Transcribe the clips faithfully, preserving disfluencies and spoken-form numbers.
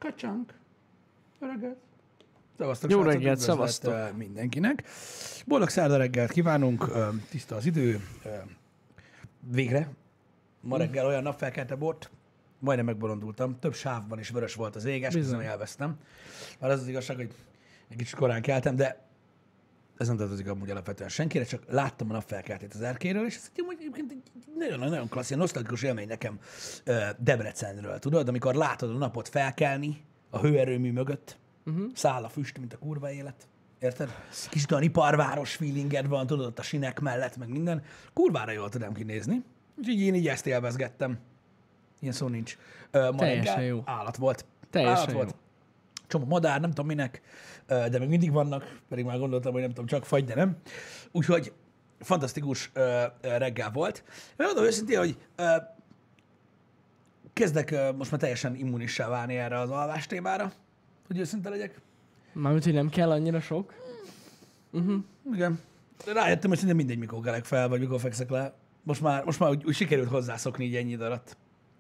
Kacsank. Jó reggelt. Szevasztok, Jó srácok, reggelt, üdvözlet, szevasztok. uh, mindenkinek. Boldog szerda reggelt kívánunk, uh, tiszta az idő. Uh, végre. Ma reggel olyan napfelkelte volt, majdnem megbolondultam. Több sávban is vörös volt az ég, esküszöm, hogy elvesztem. Már az az igazság, hogy egy kicsit korán keltem, de ez nem tartozik amúgy alapvetően senkire, csak láttam a napfelkeltét az erkéről, és ez egyébként egy nagyon-nagyon klassz, ilyen nosztalgikus élmény nekem uh, Debrecenről, tudod? Amikor látod a napot felkelni a hőerőmű mögött, uh-huh. száll a füst, mint a kurva élet. Érted? Kicsit olyan iparváros feelinged van, tudod, ott a sinek mellett, meg minden. Kurvára jól tudom kinézni. Úgyhogy én így ezt élvezgettem. Ilyen szó nincs. Uh, ma Teljesen reggel jó. Állat volt. Teljesen állat jó. volt. Csomó madár, nem tudom minek, uh, de még mindig vannak, pedig már gondoltam, hogy nem tudom, csak fagy, de nem. Úgyhogy fantasztikus uh, uh, reggel volt. Megmondom őszintén, hogy uh, kezdek uh, most már teljesen immunissá válni erre az alvás témára, hogy őszinte legyek. Mármint, hogy nem kell annyira sok. Uh-huh. Igen. De rájöttem, hogy szinte mindegy, mikor kelek fel, vagy mikor fekszek le. Most már, most már úgy, úgy sikerült hozzászokni így ennyi idő alatt.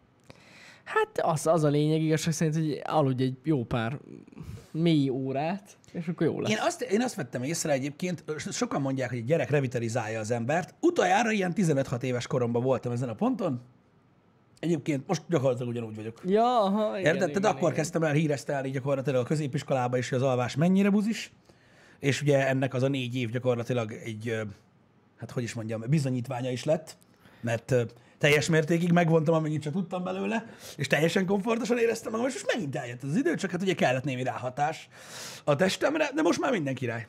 Hát az, az a lényeg igazság szerint, hogy aludj egy jó pár mély órát, és akkor jó lesz. Én azt, én azt vettem észre egyébként, sokan mondják, hogy egy gyerek revitalizálja az embert. Utoljára ilyen tizenöt-hat éves koromban voltam ezen a ponton. Egyébként most gyakorlatilag ugyanúgy vagyok. Ja, aha, igen, Érted? igen, Tehát akkor igen. kezdtem el híresztelni gyakorlatilag a középiskolába is, hogy az alvás mennyire buzis, és ugye ennek az a négy év gyakorlatilag egy, ö, hát hogy is mondjam, bizonyítványa is lett, mert ö, teljes mértékig megvontam, amennyit csak tudtam belőle, és teljesen komfortosan éreztem magam, és most megint eljött az idő, csak hát ugye kellett némi ráhatás a testemre, de most már minden király.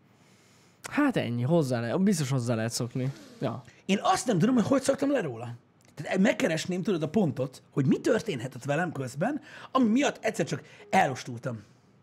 Hát ennyi, hozzá lehet, biztos hozzá lehet szokni. Ja. Én azt nem tudom, hogy hogy szoktam le róla. Tehát megkeresném, tudod, a pontot, hogy mi történhetett velem közben, ami miatt egyszer csak elostultam.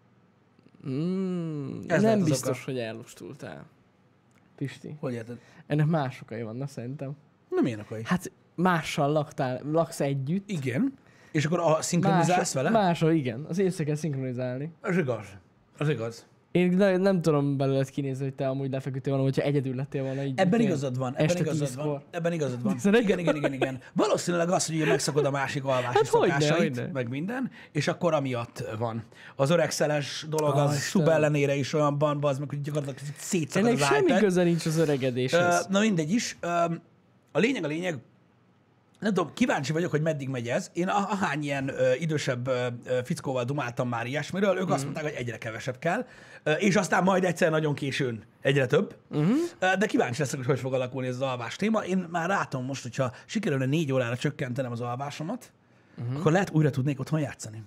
Mm, Ez lehet nem az biztos, oka. hogy elostultál. Pisti. Hogy érted? Ennek más okai vannak szerintem. Nem ilyen okai. Hát mással laktál, laksz együtt. Igen. És akkor a szinkronizálsz Más, vele? mással, igen. Az észre kell szinkronizálni. Az igaz. Az igaz. Én ne, nem tudom belőled kinézni, hogy te amúgy lefeküdtél volna, hogyha egyedül lettél volna így. Ebben így igazad van, ebben este igazad tízkor. van. Ebben igazad van. Tizenegy- Igen, igen, igen, igen. Valószínűleg az, hogy ugye megszakod a másik alvási Hát hogyne, szokásait, hogyne. meg minden, és akkor amiatt van. Az öregszeles dolog, Ah, az Istenem. sub ellenére is olyan van, az meg, hogy gyakorlatilag szétszakad Ennek az semmi iPad. köze nincs az öregedéshez. Ö, Na mindegy is. Ö, A lényeg a lényeg, nem tudom, kíváncsi vagyok, hogy meddig megy ez. Én a- ahány ilyen ö, idősebb ö, ö, fickóval dumáltam már ilyesmiről, ők mm. azt mondták, hogy egyre kevesebb kell, ö, és aztán majd egyszer nagyon későn egyre több. Uh-huh. De kíváncsi leszek, hogy hogy fog alakulni ez az alvás téma. Én már látom most, hogyha sikerülne négy órára csökkentenem az alvásomat, uh-huh. akkor lehet újra tudnék otthon játszani.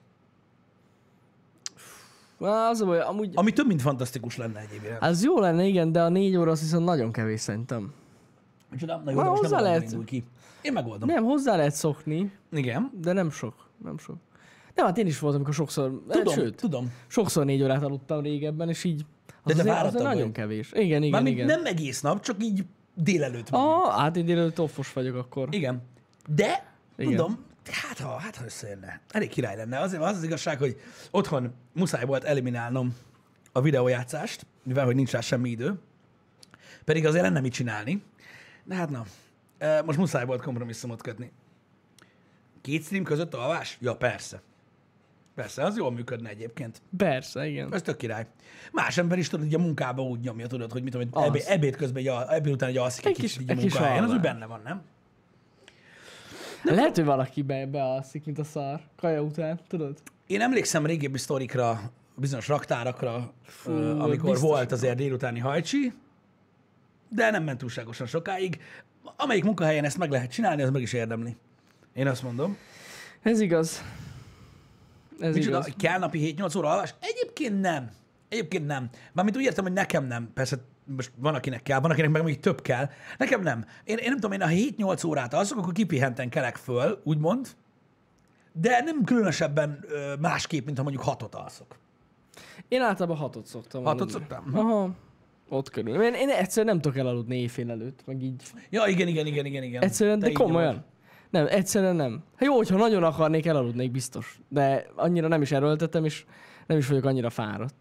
Á, az a baj, amúgy... Ami több, mint fantasztikus lenne egyébként. Az jó lenne, igen, de a négy óra az viszont nagyon kevés szerintem. Micsoda? Na jó, Már de most nem hozzá lehet... lehet- indul ki. Én megoldom. Nem, hozzá lehet szokni, Igen. de nem sok. Nem sok. Nem, hát én is voltam, amikor sokszor... Tudom, Sőt, tudom. sokszor négy órát aludtam régebben, és így... Az te azért, fáradtabb azért nagyon vagy. kevés. Igen, igen, Mármint igen. nem egész nap, csak így délelőtt. Ah, hát én délelőtt offos vagyok akkor. Igen. De, Igen. tudom, hát ha, hát ha összejönne. Elég király lenne. Azért az az igazság, hogy otthon muszáj volt eliminálnom a videójátszást, mivel hogy nincs rá semmi idő. Pedig azért lenne mit csinálni. De hát na, e, most muszáj volt kompromisszumot kötni. Két stream között alvás? Ja, persze. Persze, az jól működne egyébként. Persze, igen. Ez tök király. Más ember is tudod, hogy a munkába úgy nyomja, tudod, hogy mit tudom, hogy Az. ebéd, ebéd közben, egy, al- ebéd után egy alszik egy, Egy kicsit kis- így a egy kis munkahelyen. Az úgy alvás. benne van, nem? Lehet, hogy valaki be, bealszik, mint a szar. Kaja után, tudod? Én emlékszem régebbi sztorikra, bizonyos raktárakra, Fú, ö, amikor biztos. volt azért délutáni hajcsi, de nem ment túlságosan sokáig. Amelyik munkahelyen ezt meg lehet csinálni, az meg is érdemli. Én azt mondom. Ez igaz. Ez Micsoda, igaz. kell napi hét-nyolc óra alvás? Egyébként nem. Egyébként nem. Mármint úgy értem, hogy nekem nem. Persze most van, akinek kell, van, akinek meg még több kell. Nekem nem. Én, én nem tudom, én a hét-nyolc órát alszok, akkor kipihenten kelek föl, úgymond, de nem különösebben ö, másképp, mint ha mondjuk hatot alszok. Én általában hatot szoktam Hatot aludni. szoktam? Aha. Ott körül. Én, én egyszerűen nem tudok elaludni éjfél előtt, meg így. Ja, igen, igen, igen, igen, igen. Egyszerűen, Te de így komolyan. vagy. Nem, egyszerűen nem. Hát jó, hogyha nagyon akarnék, elaludnék biztos. De annyira nem is erőltetem, és nem is vagyok annyira fáradt.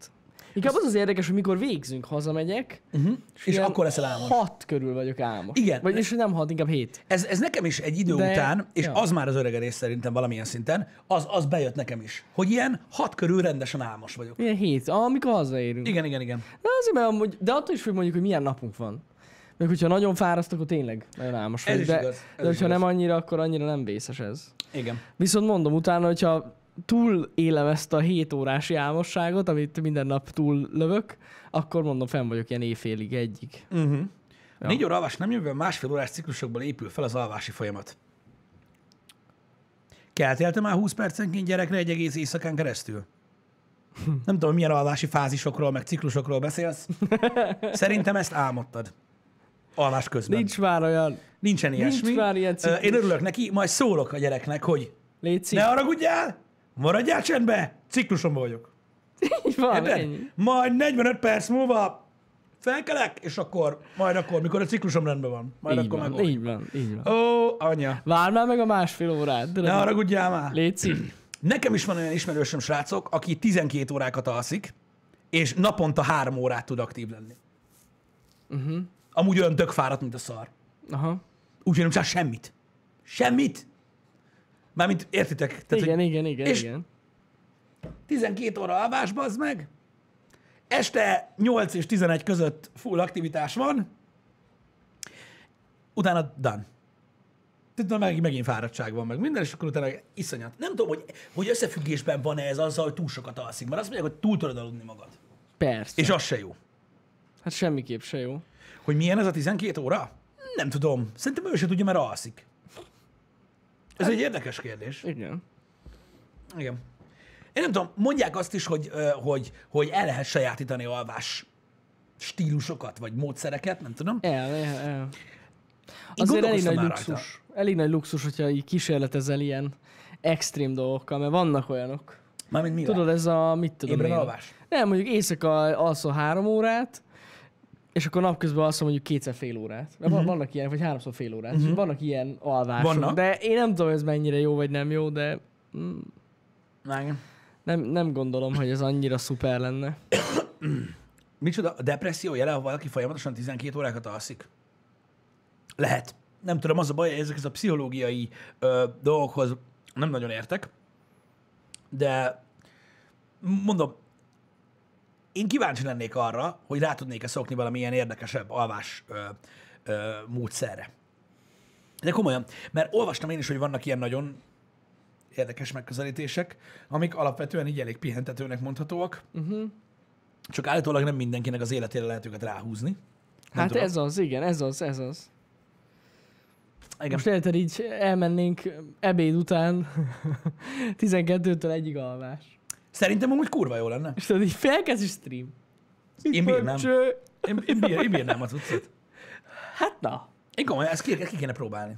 Inkább az az érdekes, hogy mikor végzünk, hazamegyek, Uh-huh. És ilyen akkor leszel álmos. hat körül vagyok álmos. Igen. Vagyis nem hat, inkább hét. Ez, ez nekem is egy idő De- után, és ja. az már az öregedés szerintem valamilyen szinten, az, az bejött nekem is, hogy ilyen hat körül rendesen álmos vagyok. Ilyen hét, amikor hazaérünk. Igen, igen, igen. De azért, mert amúgy, de attól is függ mondjuk, hogy milyen napunk van. Még hogyha nagyon fáraszt, akkor tényleg nagyon álmos Ez vagy. is De, igaz, ez de is hogyha igaz. nem annyira, akkor annyira nem vészes ez. Igen. Viszont mondom utána, hogyha túl élem ezt a hét órási álmosságot, amit minden nap túl lövök, akkor mondom, fenn vagyok ilyen éjfélig, egyig. Uh-huh. Ja. Ja. Négy óra alvás nem jövő, másfél órás ciklusokból épül fel az alvási folyamat. Keltél te már húsz percenként gyerekre egy egész éjszakán keresztül? Nem tudom, milyen alvási fázisokról, meg ciklusokról beszélsz. Szerintem ezt álmodtad. Alvás közben. Nincs már olyan, Nincsen ilyesmi. nincs már ilyen Ö, ciklus. Én örülök neki, majd szólok a gyereknek, hogy Léci. ne haragudjál, maradjál csendbe, ciklusomban vagyok. Így van, Érted? ennyi. Majd negyvenöt perc múlva felkelek, és akkor, majd akkor, mikor a ciklusom rendben van. Majd Így akkor van, megoldjuk. így van, így van. Ó, anya, Várj már meg a másfél órát. ne haragudjál már. Léci. Nekem is van olyan ismerősöm, srácok, aki tizenkét órákat alszik, és naponta három órát tud aktív lenni. Uh-huh. Amúgy olyan tök fáradt, mint a szar. Aha. Úgyhogy nem csinál semmit. Semmit. Mármint értitek? Tehát, Igen, hogy igen, igen, és- igen. tizenkét óra alvás, bazd meg. Este nyolc és tizenegy között full aktivitás van. Utána done. Tehát meg, megint fáradtság van, meg minden, és akkor utána iszonyat. Nem tudom, hogy, hogy összefüggésben van-e ez azzal, hogy túl sokat alszik. Mert azt mondják, hogy túl tudod aludni magad. Persze. És az se jó. Hát semmiképp se jó. Hogy milyen ez a tizenkét óra? Nem tudom. Szerintem ő se tudja, mert alszik. Ez egy érdekes kérdés. Igen. Igen. Én nem tudom, mondják azt is, hogy, ö, hogy, hogy el lehet sajátítani alvás stílusokat, vagy módszereket, nem tudom. El, el, el. Én Azért elég gondolkoztam nagy már rajta. luxus. Elég nagy luxus, hogyha így kísérletezel ilyen extrém dolgokkal, mert vannak olyanok. Mármint mivel? Tudod, ez a, mit tudom Ébren én. alvás? Nem, mondjuk éjszaka alszol három órát, és akkor napközben alszol mondjuk kétszer fél órát. Mert uh-huh. vannak ilyen, vagy háromszor fél órát. Uh-huh. Vannak ilyen alvások. Vannak. De én nem tudom, ez mennyire jó, vagy nem jó, de mm, Igen. nem, nem gondolom, hogy ez annyira szuper lenne. Micsoda? A depresszió jele, ha valaki folyamatosan tizenkét órákat alszik? Lehet. Nem tudom, az a baj, hogy ezek a pszichológiai ö, dolgokhoz nem nagyon értek, de mondom, én kíváncsi lennék arra, hogy rá tudnék-e szokni valamilyen érdekesebb alvás ö, ö, módszerre. De komolyan, mert olvastam én is, hogy vannak ilyen nagyon érdekes megközelítések, amik alapvetően így elég pihentetőnek mondhatóak, Uh-huh. csak állítólag nem mindenkinek az életére lehet őket ráhúzni. Nem Hát tudom. ez az, igen, ez az, ez az. Igen. Most érted, így elmennénk ebéd után tizenkettőtől egyig alvás. Szerintem amúgy kurva jó lenne. És tudod, így felkezd is stream. Én bírnám. Pöcsö. Én, én, bír, én bírnám a cuccot. Hát na. Én komolyan, ezt ki, ki kéne próbálni.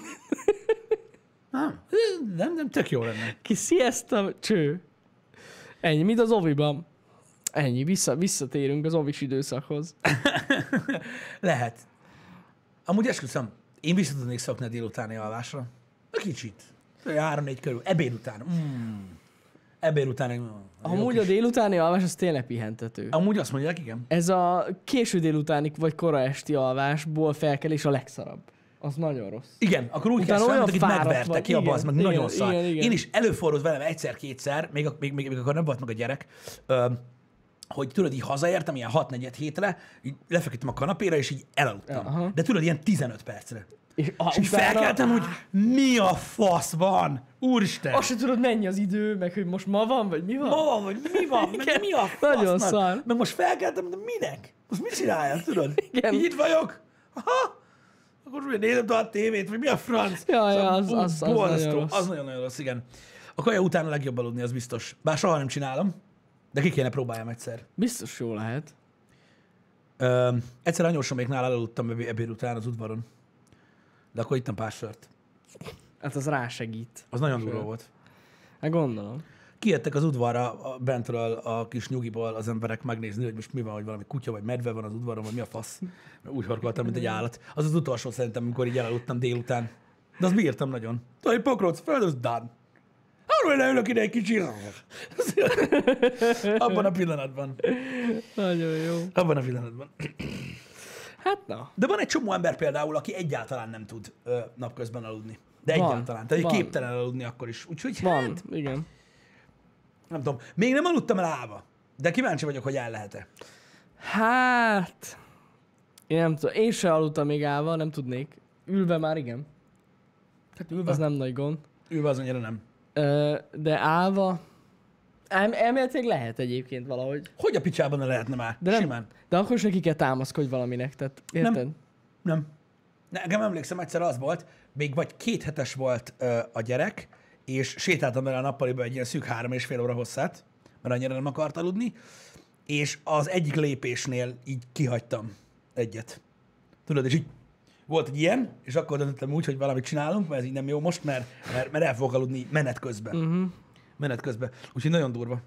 Nem, nem, nem, tök jó lenne. Ki siesta, cső. Ennyi, mint az oviban. Ennyi, vissza, visszatérünk az ovis időszakhoz. Lehet. Amúgy esküszöm, én vissza tudnék szokni a délutáni alvásra. A kicsit. Három-négy körül. Ebéd után. Mm. Ebéd után. Mm. Amúgy a délutáni alvás az tényleg pihentető. Amúgy azt mondják, igen. Ez a késő délutáni vagy kora esti alvásból felkelés a legszarabb. Az nagyon rossz. Igen, akkor úgy Utána kezd fel, olyan mint akit fáradt megvertek vagy. ki a Igen, bazd, meg igen, nagyon szar. igen, igen. Én is előfordult velem egyszer-kétszer, még, még, még, még akkor nem volt meg a gyerek, ö, hogy tudod, így hazaértem, ilyen hat-negyed hétre, így lefeküdtem a kanapéra, és így elaludtam. Aha. De tudod, ilyen tizenöt percre. És, a, És így felkeltem, hogy mi a fasz van? Úristen! azt sem tudod, mennyi az idő, meg hogy most ma van, vagy mi van? Ma van, vagy mi van? Meg Igen. mi a Nagyon fasznak? szar. Meg most felkeltem, de minek? Most mit csináljak, tudod? Igen. Így itt vagyok. Aha. Akkor úgy nézem tovább a tévét, vagy mi a franc? Ja, ja, az- ú, az- az borzasztó. nagyon rossz. Az nagyon-nagyon rossz, igen. A kaja után a legjobb aludni, az biztos. Bár soha nem csinálom, de ki kéne próbáljam egyszer. Biztos jó lehet. Ö, egyszer anyósoméknál elaludtam ebé- ebéd után az udvaron. De akkor ittam pár sört. Hát az rásegít. Az nagyon durva volt. Hát gondolom. Kijöttek az udvarra a- bentről a kis nyugiból az emberek megnézni, hogy most mi van, hogy valami kutya vagy medve van az udvaron, vagy mi a fasz. Úgy horkoltam, mint egy állat. Az az utolsó szerintem, amikor így elaludtam délután. De azt bírtam nagyon. Tudod, egy pokróc föld, az done. arról leülök ide egy kicsi. Abban a pillanatban. Nagyon jó. Abban a pillanatban. Hát na. De van egy csomó ember például, aki egyáltalán nem tud ö, napközben aludni. De Van, egyáltalán. Tehát van. képtelen aludni akkor is. Úgyhogy Van, hát, igen. nem tudom. Még nem aludtam el állva. De kíváncsi vagyok, hogy el lehet-e. Hát... Én nem tudom. Én se aludtam még állva, nem tudnék. Ülve már igen. Hát ülve, Az nem nagy gond. ülve az annyira nem. Ö, de állva... El, elméletileg lehet egyébként valahogy. Hogy a picsában ne lehetne már? De nem, Simán. de akkor is neki kell támaszkodj valaminek, tehát érted? Nem. Nem. Nekem emlékszem, egyszer az volt, még vagy két hetes volt ö, a gyerek, és sétáltam bele a nappaliba egy ilyen szűk három és fél óra hosszát, mert annyira nem akart aludni, és az egyik lépésnél így kihagytam egyet. Tudod, és így volt egy ilyen, és akkor döntöttem úgy, hogy valamit csinálunk, mert ez így nem jó most, mert, mert, mert el fogok aludni menet közben. Uh-huh. Menet közben. Úgyhogy nagyon durva.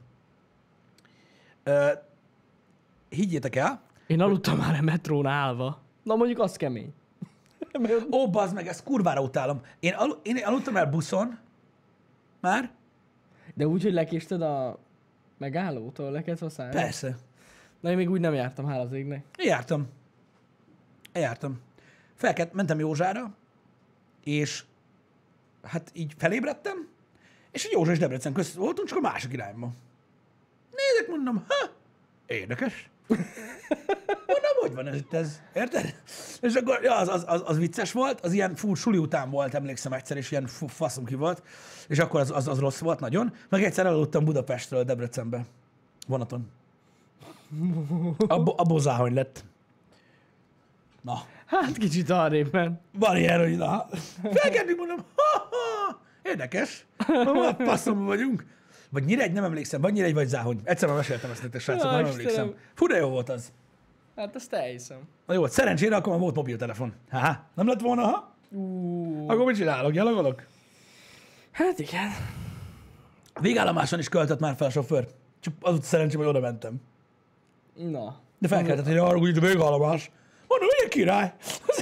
Ö, higgyétek el, Én aludtam már a metrón állva. Na mondjuk az kemény. ó, bazd meg, ezt kurvára utálom. Én, al- én aludtam el buszon, már, De úgy, hogy lekésted a megállótól, le kellett használni? persze. Na én még úgy nem jártam, hála az égnek. Én jártam. Én jártam. Felkelt, mentem Józsára, és hát így felébredtem, és egy Józsa és Debrecen között voltunk, csak a másik irányban. Nézek, mondom, ha, érdekes. Mondom, hogy van ez itt ez, érted? És akkor, ja, az, az, az, az vicces volt, az ilyen fú, suli után volt, emlékszem egyszer, és ilyen fú, faszom ki volt, és akkor az, az, az rossz volt nagyon. Meg egyszer elaludtam Budapestről Debrecenbe, vonaton. Abba, abból záhony lett. Na, Hát kicsit arrébb ment. van ilyen, hogy na, felkeltünk, mondom, ha, ha, érdekes, ha, passzomban vagyunk. Vagy Nyíregy, nem emlékszem, vagy Nyíregy, vagy Záhony. Egyszer már meséltem ezt nektek, srácok, Ja, nem Istenem. emlékszem. Fú, de jó volt az. Hát azt elhiszem. Na jó, szerencsére akkor már volt mobiltelefon. Há, nem lett volna, ha? Uh, Akkor mit csinálok? Gyalogolok? hát igen. Végállomáson is költött már fel a sofőr. Csak az volt szerencsém, hogy oda mentem. Na. De felkeltett, hogy arra úgy, végállomás. Mondom, milyen király.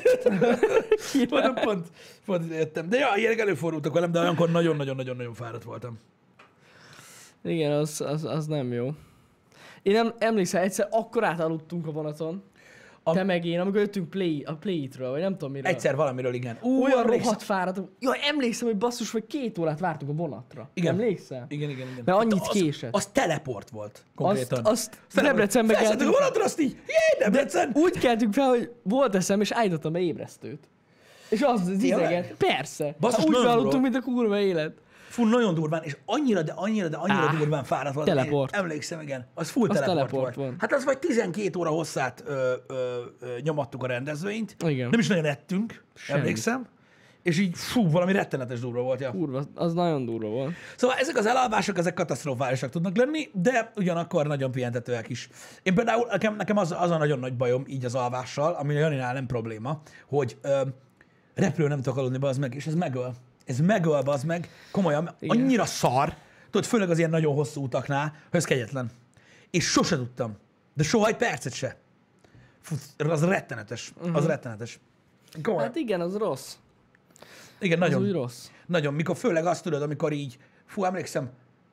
Mondom, pont, pont ide jöttem. De ja, ilyenek előfordultak velem, de olyankor nagyon-nagyon-nagyon-nagyon fáradt voltam. Igen, az, az, az nem jó. Én nem, emlékszem, egyszer akkor átaludtunk a vonaton. A- A... Te meg én, amikor jöttünk Play, a Play-tről, vagy nem tudom miről. Egyszer valamiről, igen. Ú, Olyan emlékszem. rohadt fáradtunk. Jaj, emlékszem, hogy basszus, vagy két órát vártunk a vonatra. Igen. Emlékszel? Igen, igen, igen. Mert annyit az, késett. Az teleport volt Azt, konkrétan. azt Debrecenbe Felszálltunk keltünk. a vonatra, azt így, jé, Debrecen! Úgy keltünk fel, hogy volt eszem, és állítottam be ébresztőt. És az az Tényleg? ideget. Persze. Basszus, Hát úgy nagyon bealudtunk, durva. mint a kurva élet. Fú, nagyon durván, és annyira, de annyira, de annyira Á, durván fáradt volt. teleport. Én emlékszem, igen. Az full Az teleport, teleport volt. volt. Hát az vagy tizenkét óra hosszát ö, ö, ö, nyomattuk a rendezvényt. Igen. Nem is nagyon ettünk, Semmit. emlékszem. És így fú, valami rettenetes durva volt. Ja. Kurva, az nagyon durva volt. Szóval ezek az elalvások, ezek katasztrofálisak tudnak lenni, de ugyanakkor nagyon pihentetőek is. Én például, nekem, nekem az, az a nagyon nagy bajom így az alvással, ami a Janinál nem probléma, hogy ö, repülő nem tudok aludni, bazd meg, és ez megöl. Ez megöl, bazd meg, komolyan, Igen. annyira szar, tudod, főleg az ilyen nagyon hosszú utaknál, hogy ez kegyetlen. És sose tudtam, de soha egy percet se. Fú, az rettenetes, uh-huh. az rettenetes. Komolyan. Hát igen, az rossz. Igen, Az nagyon. úgy rossz. Nagyon, mikor főleg azt tudod, amikor így, fú, emlékszem,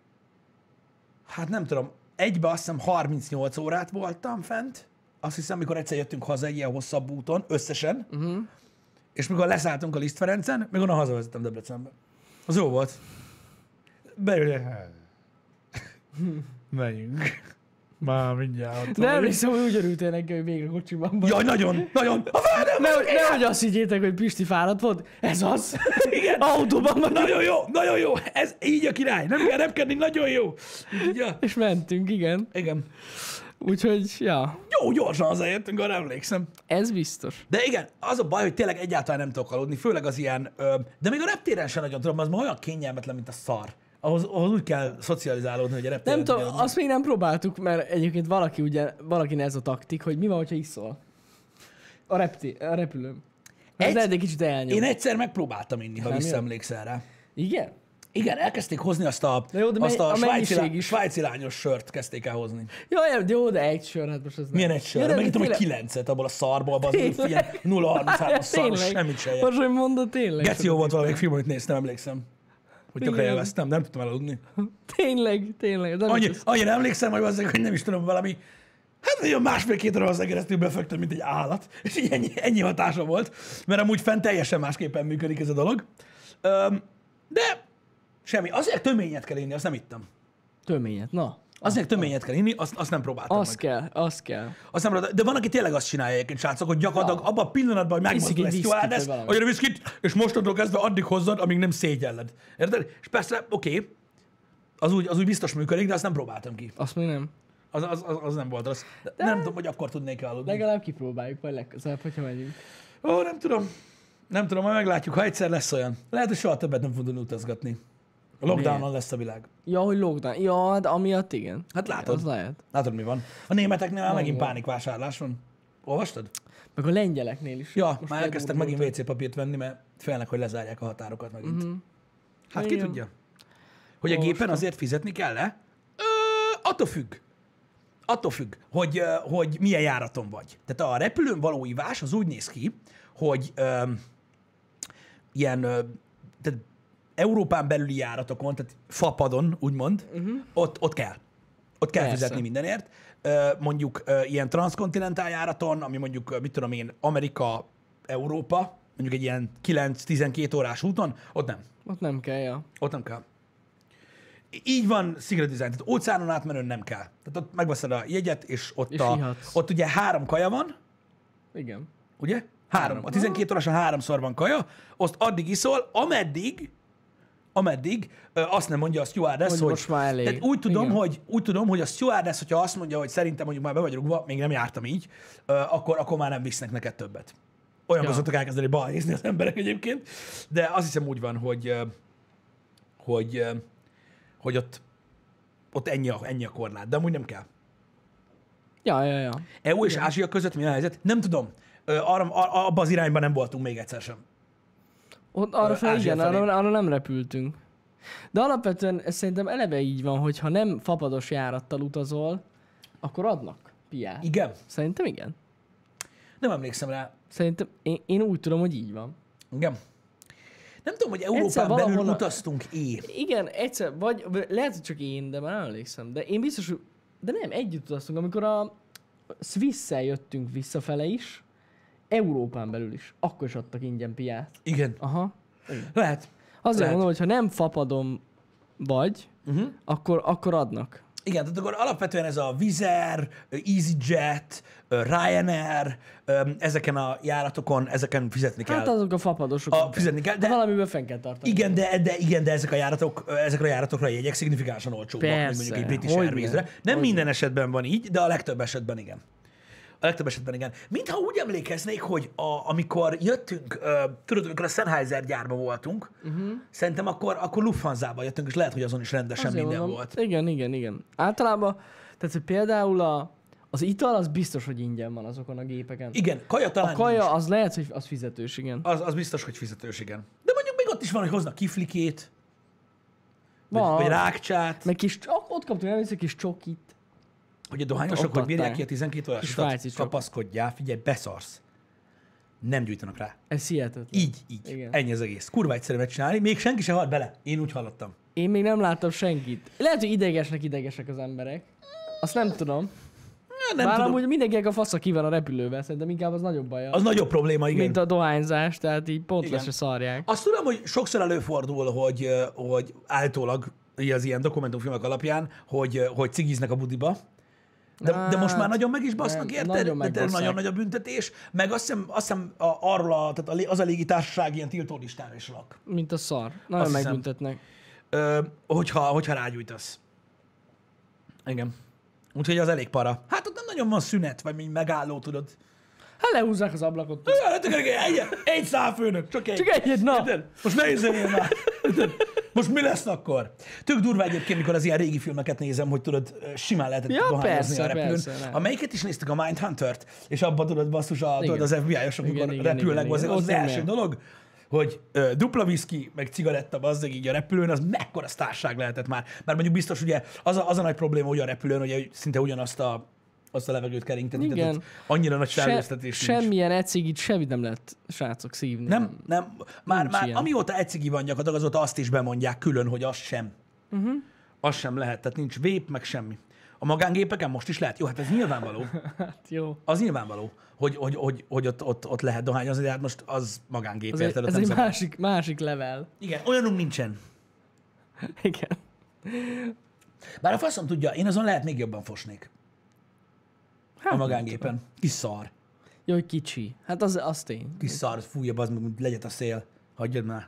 hát nem tudom, egybe azt hiszem harmincnyolc órát voltam fent, azt hiszem, mikor egyszer jöttünk haza egy ilyen hosszabb úton, összesen, uh-huh. és mikor leszálltunk a Liszt Ferencen, még onnan hazavezettem Debrecenbe. Az jó volt. Beülök. Menjünk. Már mindjárt. De emlékszem, hogy úgy örültél neki, hogy végre kocsiban van. Jaj, nagyon, nagyon. A várjál, Nehogy, nehogy azt higgyétek, hogy Pisti fáradt volt. Ez az. igen. Autóban van. Nagyon jó, nagyon jó. Ez így a király. Nem kell repkedni, nagyon jó. Így, ja. És mentünk, igen. Igen. Úgyhogy, ja. Jó, gyorsan hazaértünk, arra emlékszem. Ez biztos. De igen, az a baj, hogy tényleg egyáltalán nem tudok aludni, főleg az ilyen, ö, de még a reptéren sem nagyon tudom, az már olyan kényelmetlen, mint a szar. Ahhoz, ahhoz úgy kell szocializálódni, hogy a reptéren... Nem tudom, tudja azt még nem próbáltuk, mert egyébként valaki ugye, valakinek ez a taktik, hogy mi van, hogyha iszol. A, repti, a repülőm. Ez Egy- lehet egy kicsit elnyom. Én egyszer megpróbáltam inni, ha Nem visszaemlékszel rá. Igen? Igen, elkezdték hozni azt a, De jó, de azt mennyi- a, a svájci, mennyiség lá- is. svájci lányos sört kezdték el hozni. Jó, jó, de egy sör, hát most ez nem. Milyen egy sör? Ja, de Megittem, hogy tényleg- kilencet abból a szarból, az ilyen Tényleg? nulla harminchárom szaros, Tényleg? semmit se ért. Most, hogy mondod, tényleg. Geci jó volt valamelyik film, amit néztem, emlékszem. hogy tökre Igen. élveztem, nem tudtam elaludni. Tényleg, tényleg. De Annyi, annyira emlékszem, hogy az, hogy nem is tudom, valami, hát olyan másfél-két óra az keresztül befektem, mint egy állat, és így ennyi, ennyi hatása volt, mert amúgy fent teljesen másképpen működik ez a dolog. Öm, de semmi. Azért töményet kell inni, azt nem ittam. Töményet, na. Azért töményet kell inni, azt, azt nem próbáltam Az meg. kell, az kell. Azt nem próbáltam, de van, aki tényleg azt csinálja egyébként, srácok, hogy gyakorlatilag Ja. abban a pillanatban, hogy Iszik megmozdul egy egy viszkit, stewardess, vagy valami. hogy a viszkit, és mostantól kezdve addig hozzad, amíg nem szégyelled. Érted? És persze, oké, okay, az, úgy, az úgy biztos működik, de azt nem próbáltam ki. Azt még nem. Az, az, az, az nem volt rossz. De de... Nem tudom, hogy akkor tudnék aludni. Legalább kipróbáljuk, vagy legközelebb, hogyha megyünk. Ó, nem tudom. Nem tudom, majd meglátjuk, ha egyszer lesz olyan. Lehet, hogy soha többet nem fogunk tudni utazgatni. A lockdownon Miért? lesz a világ. Ja, hogy lockdown. Ja, de amiatt igen. Hát látod. Az lehet. Látod, mi van? A németeknél már megint van. pánikvásárlás van. Olvastad? Meg a lengyeleknél is. Ja, Most már elkezdtek eldurult. megint vé cé papírt venni, mert félnek, hogy lezárják a határokat megint. Mhm. Hát ki Igen. tudja? Hogy a Olvastam. gépen azért fizetni kell-e? Ö, attól függ. Attól függ, hogy, ö, hogy milyen járaton vagy. Tehát a repülőn való ivás az úgy néz ki, hogy ö, ilyen ö, tehát Európán belüli járatokon, tehát fapadon, úgymond, uh-huh. ott, ott kell. Ott kell Persze. fizetni mindenért. Ö, mondjuk ö, ilyen transzkontinentál járaton, ami mondjuk, ö, mit tudom én, Amerika, Európa, mondjuk egy ilyen kilenc-tizenkét órás úton, ott nem. Ott nem kell, ja. Ott nem kell. Így van Secret Design, tehát óceánon átmenően nem kell. Tehát ott megveszed a jegyet, és ott, És a, ihatsz. ott ugye három kaja van, Igen. ugye? Három. Három. A tizenkét óráson háromszor van kaja, azt addig iszol, ameddig, ameddig ö, azt nem mondja a stewardess, Hogy hogy... most már elég. Tehát úgy tudom, Igen. hogy, úgy tudom, hogy a stewardess, hogyha azt mondja, hogy szerintem mondjuk már be vagy rúgva, még nem jártam így, ö, akkor, akkor már nem visznek neked többet. Olyan Ja. szoktak elkezdeni balhézni az emberek egyébként, de azt hiszem úgy van, hogy, ö, hogy, ö, hogy ott, ott ennyi, a, ennyi a korlát, de amúgy nem kell. Ja, ja, ja. é u és Ázsia között mi a helyzet? Nem tudom. Ö, Arra, a- abba az irányban nem voltunk még egyszer sem. Ott arra Ö, fel, Ázsia igen, felé. arra, arra nem repültünk. De alapvetően ez szerintem eleve így van, hogy ha nem fapados járattal utazol, akkor adnak piát. Igen? Szerintem igen. Nem emlékszem rá. Szerintem én, én úgy tudom, hogy így van. Igen. Nem tudom, hogy Európán Egyszer belül valahol a- utaztunk-é. Igen, egyszer, vagy vagy lehet, hogy csak én, de már nem emlékszem. De én biztos, hogy... De nem, együtt utaztunk, amikor a Swiss-szel jöttünk visszafele is, Európán belül is. Akkor is adtak ingyen piát. Igen. Aha. Igen. Lehet. Azért Lehet. mondom, hogy ha nem fapadom vagy, Uh-huh. akkor, akkor adnak. Igen, tehát akkor alapvetően ez a Vizer, EasyJet, Ryanair, öm, ezeken a járatokon, ezeken fizetni kell. Hát azok a fapadosok. a, fizetni kell, De de valamiből fenn kell tartani. igen, de, de, igen, de ezek a járatok, ezekre a járatokra a jegyek szignifikánsan olcsóbbak, mint Persze, mondjuk egy British hogyne, Airways-re. Nem hogyne. minden esetben van így, de a legtöbb esetben igen. A legtöbb esetben igen. Mintha úgy emlékeznék, hogy a, amikor jöttünk, uh, tudod, amikor a Sennheiser gyárban voltunk, uh-huh. szerintem akkor, akkor Lufthansa-ba jöttünk, és lehet, hogy azon is rendesen Azért minden mondom, volt. Igen, igen, igen. Általában, tehát hogy például a, az ital, az biztos, hogy ingyen van azokon a gépeken. Igen, kaja A talán kaja, nincs. az lehet, hogy az fizetős, igen. Az, az biztos, hogy fizetős, igen. De mondjuk még ott is van, hogy hoznak kiflikét, vagy, Van. vagy rákcsát, Meg kis, ott kaptunk el egy kis csokit. hogy a dohányosok, ott hogy bírják adták. ki a tizenkét órás Kis utat, svájci csok. kapaszkodjál, figyelj, beszarsz. Nem gyújtanak rá. Ez hihetetlen. Így, így. Igen. Ennyi az egész. Kurva egyszerű megcsinálni, még senki se halt bele. Én úgy hallottam. Én még nem láttam senkit. Lehet, hogy idegesnek idegesek az emberek. Azt nem tudom. Nem Bár tudom. amúgy mindenkinek a fasza ki van a repülővel, szerintem inkább az nagyobb baja. Az nagyobb probléma, igen. Mint a dohányzás, tehát így pont Igen. le se szarják. Azt tudom, hogy sokszor előfordul, hogy, ö, hogy állítólag így az ilyen dokumentumfilmek alapján, hogy, ö, hogy cigiznek a budiba. De, Hát, de most már nagyon meg is basznak, nem, érted? nagyon De tényleg megbasszák. nagyon nagy a büntetés. Meg azt hiszem, azt hiszem a, arról a, tehát a, lé- az a légitársaság ilyen tiltólistára is rak. Mint a szar. Nagyon Azt hiszem. megbüntetnek. Ö, hogyha, hogyha rágyújtasz. Igen. Úgyhogy az elég para. Hát ott nem nagyon van szünet, vagy még megálló, tudod. Hát lehúzzák az ablakot. Ja, egy, egy szálfőnök, csak egy. Csak egyet, na! Érted? Most ne izzeljél már. Érted? Most mi lesz akkor? Tök durva egyébként, mikor az ilyen régi filmeket nézem, hogy tudod, simán lehetett Ja, dohányozni persze, a repülőn. persze, lehet. Amelyiket is néztük, a Mindhunter-t, és abban tudod, basszus, a, tudod, Igen. az ef bé i-osok, Igen, amikor igen, repülnek, igen, az, igen. az, az Ott nem első ilyen. dolog, hogy ö, dupla whisky, meg cigaretta, bazzeg így a repülőn, az mekkora sztárság lehetett már. Mert mondjuk biztos, ugye, az a, az a nagy probléma ugye a repülőn, hogy szinte ugyanazt a azt a levegőt keringteni. Igen. Tehát annyira nagy Se, felhőztetés nincs. semmilyen ecigit, semmit nem lehet, srácok, szívni. Nem, nem. Már, Nincs már ilyen. amióta ecigi van gyakorlatilag, azóta azt is bemondják külön, hogy az sem. Uh-huh. Az sem lehet. Tehát nincs vép, meg semmi. A magángépeken most is lehet. Jó, hát ez nyilvánvaló. Hát jó. Az nyilvánvaló, hogy, hogy, hogy, hogy ott, ott, ott lehet dohányozni, de hát most az magángép. Ez, érted? egy, Ott ez nem egy szabad. másik, másik level. Igen, olyanunk nincsen. Igen. Bár a faszom tudja, én azon lehet még jobban fosnék. Hát, A magángépen. Kis szar. jó, hogy kicsi. Hát az, az tény. Kis szar, fújja, az meg, mint legyet a szél. Hagyjad már.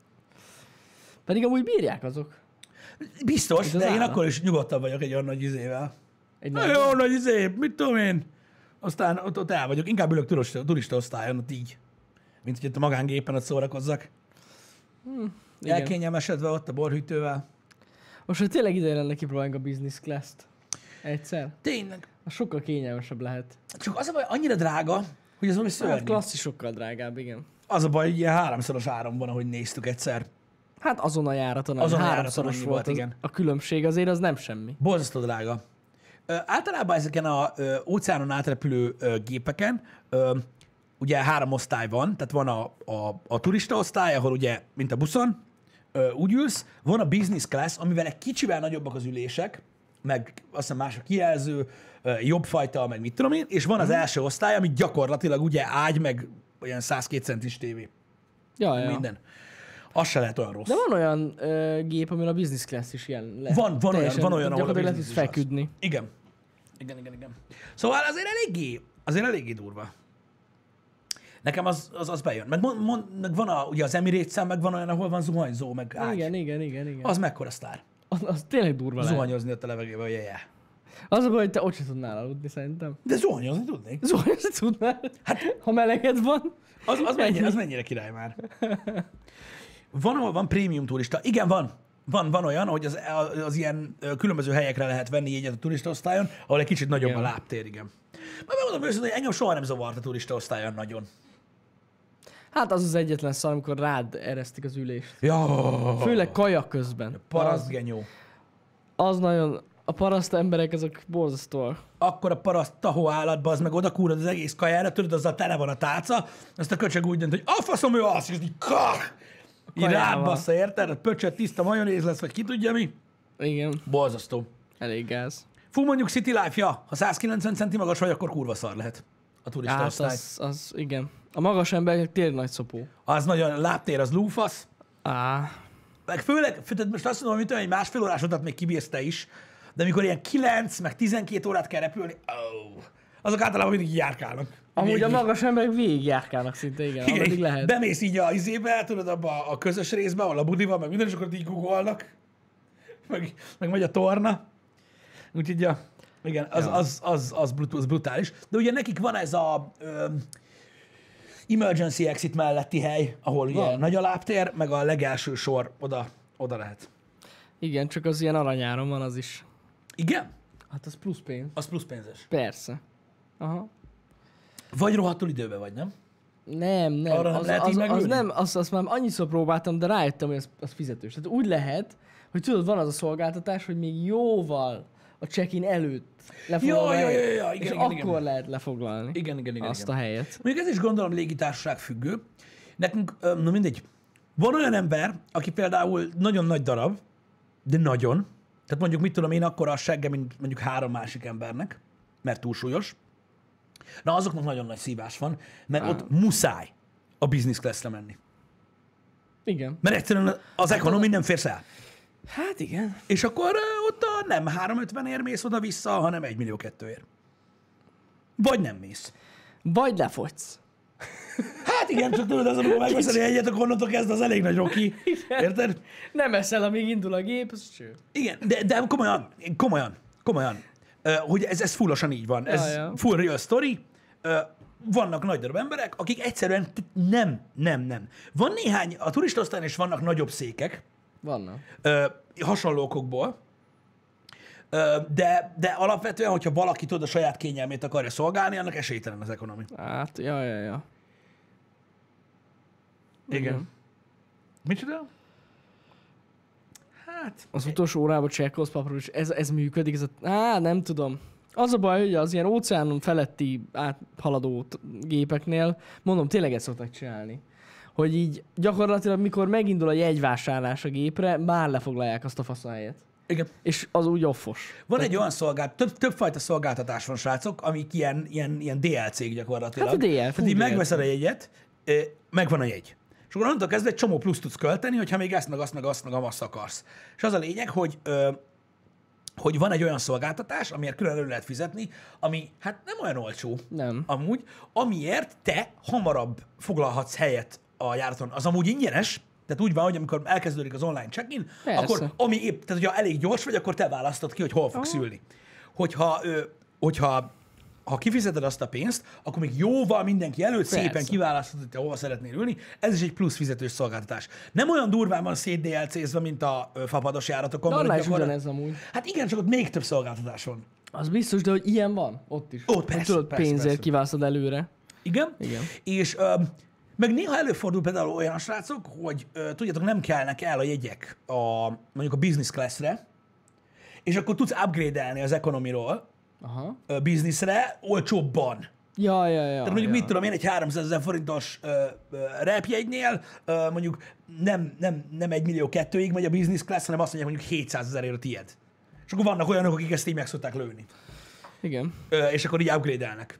Pedig amúgy bírják azok. Biztos, Itt az de én állam. akkor is nyugodtabb vagyok egy olyan nagy izével. Egy Na nagy... jó, nagy izé, mit tudom én. Aztán ott, ott el vagyok. Inkább ülök turista, turista osztályon, ott így. Mint hogy ott a magángépen ott szórakozzak. Hmm, igen. Elkényelmesedve ott a borhűtővel. Most, hogy tényleg ide lenne kipróbálni a business class-t. Egyszer. Tényleg. Az sokkal kényelmesebb lehet. Csak az a baj, annyira drága, hogy az valami Hát szörnyű. klasszi sokkal drágább, igen. Az a baj, hogy ilyen háromszoros áram van, ahogy néztük egyszer. Hát azon a járaton, Azon azon a háromszoros járaton annyi volt, volt, az, igen. a különbség azért az nem semmi. Borzasztó drága. Ö, általában ezeken a ö, óceánon átrepülő ö, gépeken ö, ugye három osztály van, tehát van a, a, a turista osztály, ahol ugye, mint a buszon, ö, úgy ülsz, van a business class, amivel egy kicsivel nagyobbak az ülések, meg azt hiszem más a kijelző, ö, jobb fajta, meg mit tudom én, és van az első osztály, ami gyakorlatilag ugye ágy, meg olyan száz-két centis tévé. Ja, ja. Minden. Az se lehet olyan rossz. De van olyan ö, gép, amin a business class is ilyen lehet. Van, van olyan, Teljesen van olyan, ahol a gyakorlatilag business lehet is az. feküdni. Igen. Igen, igen, igen. Szóval azért eléggé, azért eléggé durva. Nekem az, az, az bejön. Meg, mond, mond, meg van a, ugye az Emirates-en, meg van olyan, ahol van zuhanyzó, meg ágy. Igen, igen, igen, igen. Az mekkora sztár. Az, az tényleg durva lehet. Zuhanyozni ott a levegőbe, hogy yeah. Az a baj, hogy te ott sem tudnál aludni, szerintem. De zuhanyozni tudnék. Zuhanyozni tudnál, hát, ha meleged van. Az, az, mennyire, az mennyire király már. Van, ahol van prémium turista. Igen, van. Van, van olyan, hogy az, az ilyen ö, különböző helyekre lehet venni jegyet a turistaosztályon, ahol egy kicsit nagyobb Igen. a lábtér, igen. Már megmondom őszintén, hogy engem soha nem zavart a turistaosztályon nagyon. Hát az az egyetlen szar, amikor rád eresztik az ülést. Ja, Főleg kaja közben. paraszt Az, genyó. az nagyon... A paraszt emberek, azok borzasztóak. Akkor a paraszt tahó állatba, az meg oda kúrod az egész kajára, tudod, azzal tele van a tálca, azt a köcsög úgy dönt, hogy a faszom, ő az, és így kah! Így kajával. rád bassza, érted? A pöcsöt tiszta majonéz lesz, vagy ki tudja mi? Igen, Borzasztó. elég gáz. Fú, mondjuk City Life, ja, ha száz kilencven centi magas vagy, akkor kurva szar lehet a turista Hát osztály. az, az, igen. A magas emberek tényleg nagy szopó. Az nagyon, lábtér az lúfasz. Á, Meg főleg, fő- tehát most azt mondom, hogy egy másfél órás utat még kibírsz te is, de amikor ilyen kilenc, meg tizenkét órát kell repülni, oh, azok általában mindig így járkálnak. amúgy Végig. a magas emberek végigjárkálnak szinte, igen, Igen, ameddig lehet. bemész így a izébe, tudod, abba a közös részbe, ahol a budi van, meg minden, és akkor így googolnak. Meg, meg megy a torna. Úgyhogy, ja, igen, az, Ja. az, az, az, brut, az brutális. De ugye nekik van ez a ö, emergency exit melletti hely, ahol ugye Van. nagy a lábtér, meg a legelső sor oda, oda lehet. Igen, csak az ilyen aranyáron van az is. Igen? Hát az plusz pénz. Az plusz pénzes. Persze. Aha. Vagy rohadtul időbe vagy, nem? Nem, nem. Arra nem az, lehet az, így az, megülni? nem, azt, azt már annyiszor próbáltam, de rájöttem, hogy az, az fizetős. Tehát úgy lehet, hogy tudod, van az a szolgáltatás, hogy még jóval a check-in előtt lefoglalva Ja, ja, helyet, ja, ja, igen, és igen, akkor igen. lehet lefoglalni Igen, igen, igen. azt igen. a helyet. Mondjuk ez is gondolom légitársaság függő. Nekünk, ö, na mindegy, van olyan ember, aki például nagyon nagy darab, de nagyon. Tehát mondjuk, mit tudom én, akkora a segge, mint mondjuk három másik embernek, mert túlsúlyos. Na, azoknak nagyon nagy szívás van, mert Á. ott muszáj a business class-re menni. Igen. Mert egyszerűen az economy nem férsz el. Hát igen. És akkor ö, ott a nem háromszázötven ér mész oda-vissza, hanem egy millió kettőért. Vagy nem mész. Vagy lefogysz. Hát igen, csak tudod, az, amikor megveszed egyet, akkor onnantól kezdve az elég nagy roki. Érted? Nem eszel, amíg indul a gép, az cső. Igen, de, de komolyan, komolyan, komolyan, uh, hogy ez, ez fullosan így van. Ez Ja, ja. full real story. Uh, vannak nagy darab emberek, akik egyszerűen t- nem, nem, nem. Van néhány, a turistaosztályon is vannak nagyobb székek, Vannak. uh, hasonló okokból, uh, de, de alapvetően, hogyha valaki tudod a saját kényelmét akarja szolgálni, annak esélytelen az ekonomi. Hát, ja, ja, ja. Igen. Micsoda? Hát... Az utolsó órában csekkolsz, Paprovics, ez, ez működik, ez a... Á, nem tudom. Az a baj, hogy az ilyen óceánon feletti áthaladó t- gépeknél, mondom, tényleg ezt szoktak csinálni. Hogy így gyakorlatilag, mikor megindul a jegyvásárlás a gépre, már lefoglalják azt a faszahelyet. Igen. És az úgy offos. Van egy olyan szolgált, több, többfajta szolgáltatás van, srácok, amik ilyen, ilyen, ilyen dé el cég gyakorlatilag. Hát a dé el, Tehát így full megveszed a jegyet, ö, megvan a jegy. És akkor onnantól kezdve egy csomó plusz tudsz költeni, hogyha még ezt, meg azt, meg azt, meg azt akarsz. És az a lényeg, hogy, ö, hogy van egy olyan szolgáltatás, amiért külön elő lehet fizetni, ami hát nem olyan olcsó Nem. amúgy, amiért te hamarabb foglalhatsz helyet a járaton. Az amúgy ingyenes, tehát úgy van, hogy amikor elkezdődik az online check-in, Persze. akkor ami épp, tehát hogyha elég gyors vagy, akkor te választod ki, hogy hol fogsz ülni. Hogyha, ö, hogyha ha kifizeted azt a pénzt, akkor még jóval mindenki előtt Persze. szépen kiválasztod, hogy te hova szeretnél ülni. Ez is egy plusz fizetős szolgáltatás. Nem olyan durván van szét dé el cé-zve, mint a ö, fapados járatokon. De van, annál hogy is gyakorlatilag- ugyanez amúgy. Hát igen, csak ott még több szolgáltatás van. Az biztos, de hogy ilyen van ott is. Ott Hogy persze, tudod, persze, pénzért persze. kiválasztod előre. Igen. Igen. És ö, meg néha előfordul például olyan, srácok, hogy ö, tudjátok, nem kellnek el a jegyek a, mondjuk a business class-re, és akkor tudsz upgrade-elni az economy-ról Aha. ö, businessre olcsóbban. Ja, ja, ja. Tehát mondjuk ja. mit tudom én, egy háromszázezer forintos ö, ö, repjegynél ö, mondjuk nem, nem, nem egy millió kettőig megy a business class, hanem azt mondják mondjuk hétszázezerért a tied. És akkor vannak olyanok, akik ezt így meg szokták lőni. Igen. Ö, és akkor így upgrade-elnek.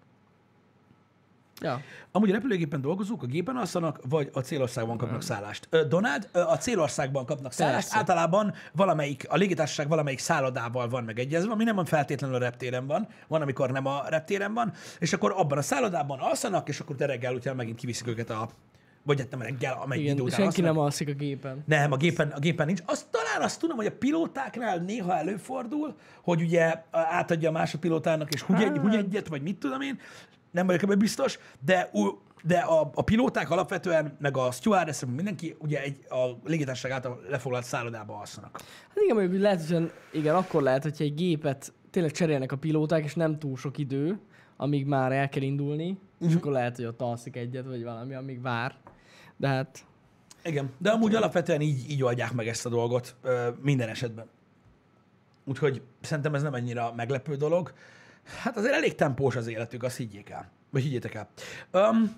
Ja. Amúgy a repülőgépen dolgozók, a gépen alszanak, vagy a célországban kapnak szállást. Ö, Donald, ö, a célországban kapnak szállást. Persze. Általában valamelyik, a légitársaság valamelyik szállodával van megegyezve, ami nem feltétlenül a reptéren van, van, amikor nem a reptéren van, és akkor abban a szállodában alszanak, és akkor te reggel utána megint kiviszik őket a, vagy hát nem reggel, amennyi idő Igen, után senki alszanak. nem alszik a gépen. Nem, a gépen, a gépen nincs. Azt talán azt tudom, hogy a pilótáknál néha előfordul, hogy ugye átadja a másik pilótának, és húgy, egy, húgy egyet, vagy mit tudom én. Nem vagyok ebben biztos, de, ú- de a, a pilóták alapvetően, meg a stewardess, mindenki ugye egy, a légitársaság által lefoglalt szállodába alszanak. Hát igen, mondjuk hogy lehet, hogy igen, akkor lehet, hogyha egy gépet tényleg cserélnek a pilóták, és nem túl sok idő, amíg már el kell indulni, uh-huh. és akkor lehet, hogy ott alszik egyet, vagy valami, amíg vár. De hát... Igen, de amúgy alapvetően így, így oldják meg ezt a dolgot ö, minden esetben. Úgyhogy szerintem ez nem annyira meglepő dolog. Hát azért elég tempós az életük, azt higgyék el. Vagy higgyétek el. Um,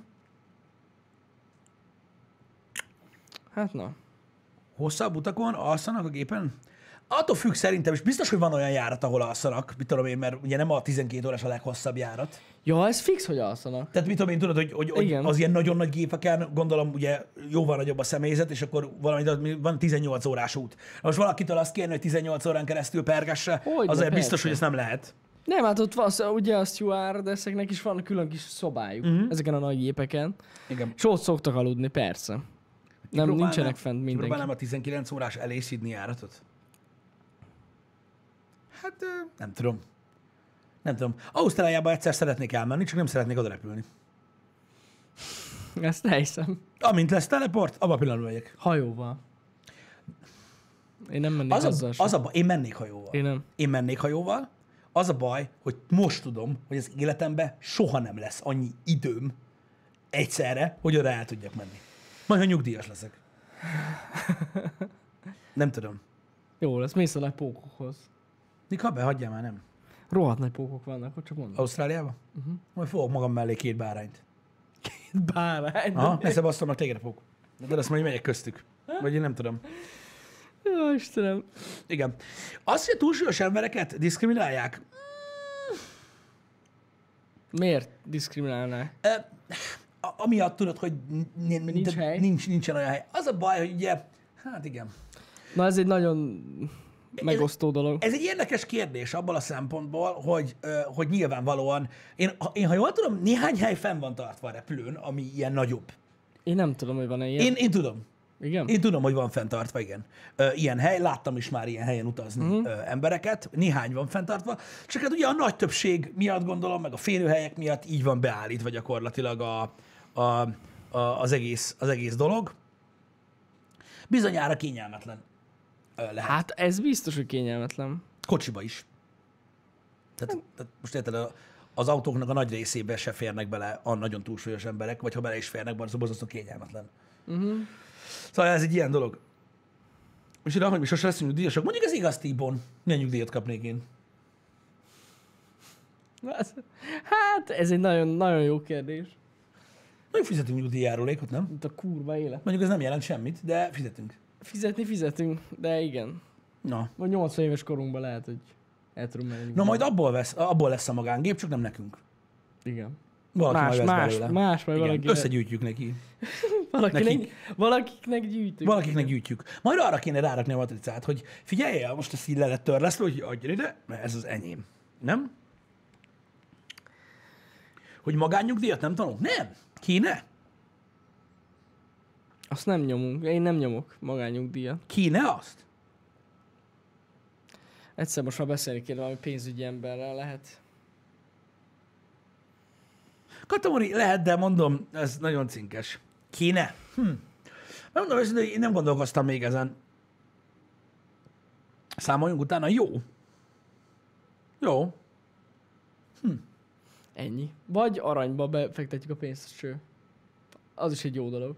Hát na. hosszabb utakon alszanak a gépen? Attól függ szerintem, és biztos, hogy van olyan járat, ahol alszanak, mit tudom én, mert ugye nem a tizenkét órás a leghosszabb járat. Ja, ez fix, hogy alszanak. Tehát mit tudom én, tudod, hogy, hogy, hogy Igen. az ilyen nagyon nagy gépeken, gondolom ugye jóval nagyobb a személyzet, és akkor valami, van tizennyolc órás út. Most valakitől azt kérni, hogy tizennyolc órán keresztül pergesse, Hogyne, azért biztos, persze. hogy ezt nem lehet. Nem, hát ott van, ugye a stewardesseknek is van külön kis szobájuk, uh-huh. ezeken a nagy gépeken. Igen. És ott szoktak aludni, persze. Nem, Kipróbálnám- nincsenek fent mindenki. Próbálnám a tizenkilenc órás elé-Sydney járatot? Hát ö, nem tudom. Nem tudom. Ausztráliába egyszer szeretnék elmenni, csak nem szeretnék oda repülni. Ezt elhiszem. Amint lesz teleport, abban a pillanatban megyek. Hajóval. Én nem mennék Az azzal a, sem. az a baj, én mennék hajóval. Én nem. Én mennék hajóval. Az a baj, hogy most tudom, hogy az életemben soha nem lesz annyi időm egyszerre, hogy oda el tudjak menni. Majd, ha nyugdíjas leszek. Nem tudom. Jó lesz, mész a nagy pókokhoz. Nika, be, hagyjál már, nem. Rohadt nagy pókok vannak, hogy csak mondom. Ausztráliába? Uh-huh. Majd fogok magam mellé két bárányt. Bárány. Aha, ne szebasztanak téged a pók. De azt majd megyek köztük. Vagy én nem tudom. Jó, Istenem. Igen. Azt, hogy a túlsúlyos embereket diszkriminálják, Miért diszkriminálnál? ö, a- amiatt tudod, hogy n- n- Nincs tehát hely? Nincs, nincsen olyan hely. Az a baj, hogy ugye, hát igen. Na ez egy nagyon megosztó dolog. Ez egy érdekes kérdés abból a szempontból, hogy, ö, hogy nyilvánvalóan, én, ha- én ha jól tudom, néhány hely fenn van tartva a repülőn, ami ilyen nagyobb. Én nem tudom, hogy van-e ilyen. Én, én tudom. Igen? Én tudom, hogy van fenntartva, igen. Ö, ilyen hely, láttam is már ilyen helyen utazni uh-huh. ö, embereket, néhány van fenntartva, csak hát ugye a nagy többség miatt gondolom, meg a férőhelyek miatt így van beállítva gyakorlatilag a, a, a, az, egész, az egész dolog. Bizonyára kényelmetlen ö, lehet. Hát ez biztos, hogy kényelmetlen. Kocsiba is. Tehát, tehát most érted, a- az autóknak a nagy részébe se férnek bele a nagyon túlsúlyos emberek, vagy ha bele is férnek, az borzasztó kényelmetlen. Uh-huh. Szóval ez egy ilyen dolog. És ide, hogy mi sose leszünk nyugdíjasok. Mondjuk ez igaz, T-Bone. Milyen nyugdíjat kapnék én? Hát, ez egy nagyon, nagyon jó kérdés. Még fizetünk nyugdíjjárulékot, nem? Mint a kurva élet. Mondjuk ez nem jelent semmit, de fizetünk. Fizetni fizetünk, de igen. Na. Vagy nyolcvan éves korunkban lehet, hogy el tudunk menni. Na majd abból, vesz, abból lesz a magángép, csak nem nekünk. Igen. Valaki Más, majd vesz más, belőle. más, majd Igen, valaki... összegyűjtjük neki. Valakinek, nekik. valakiknek gyűjtünk. Valakiknek gyűjtjük. Majd arra kéne rárakni a matricát, hogy figyelj el, most ezt így le lett törlesztve, hogy adjon ide, mert ez az enyém. Nem? Hogy magánnyugdíjat nem tanulunk? Nem. Kéne? Azt nem nyomunk. Én nem nyomok magánnyugdíjat. Kéne azt? Egyszer most már beszélni kéne valami pénzügyi emberrel, lehet. Katamori lehet, de mondom, ez nagyon cinkes. Kéne? Hm. Mondom őszintén, én nem gondolkoztam még ezen. Számoljunk utána? Jó. Jó. Ennyi. Vagy aranyba befektetjük a pénzt, cső. Az is egy jó dolog.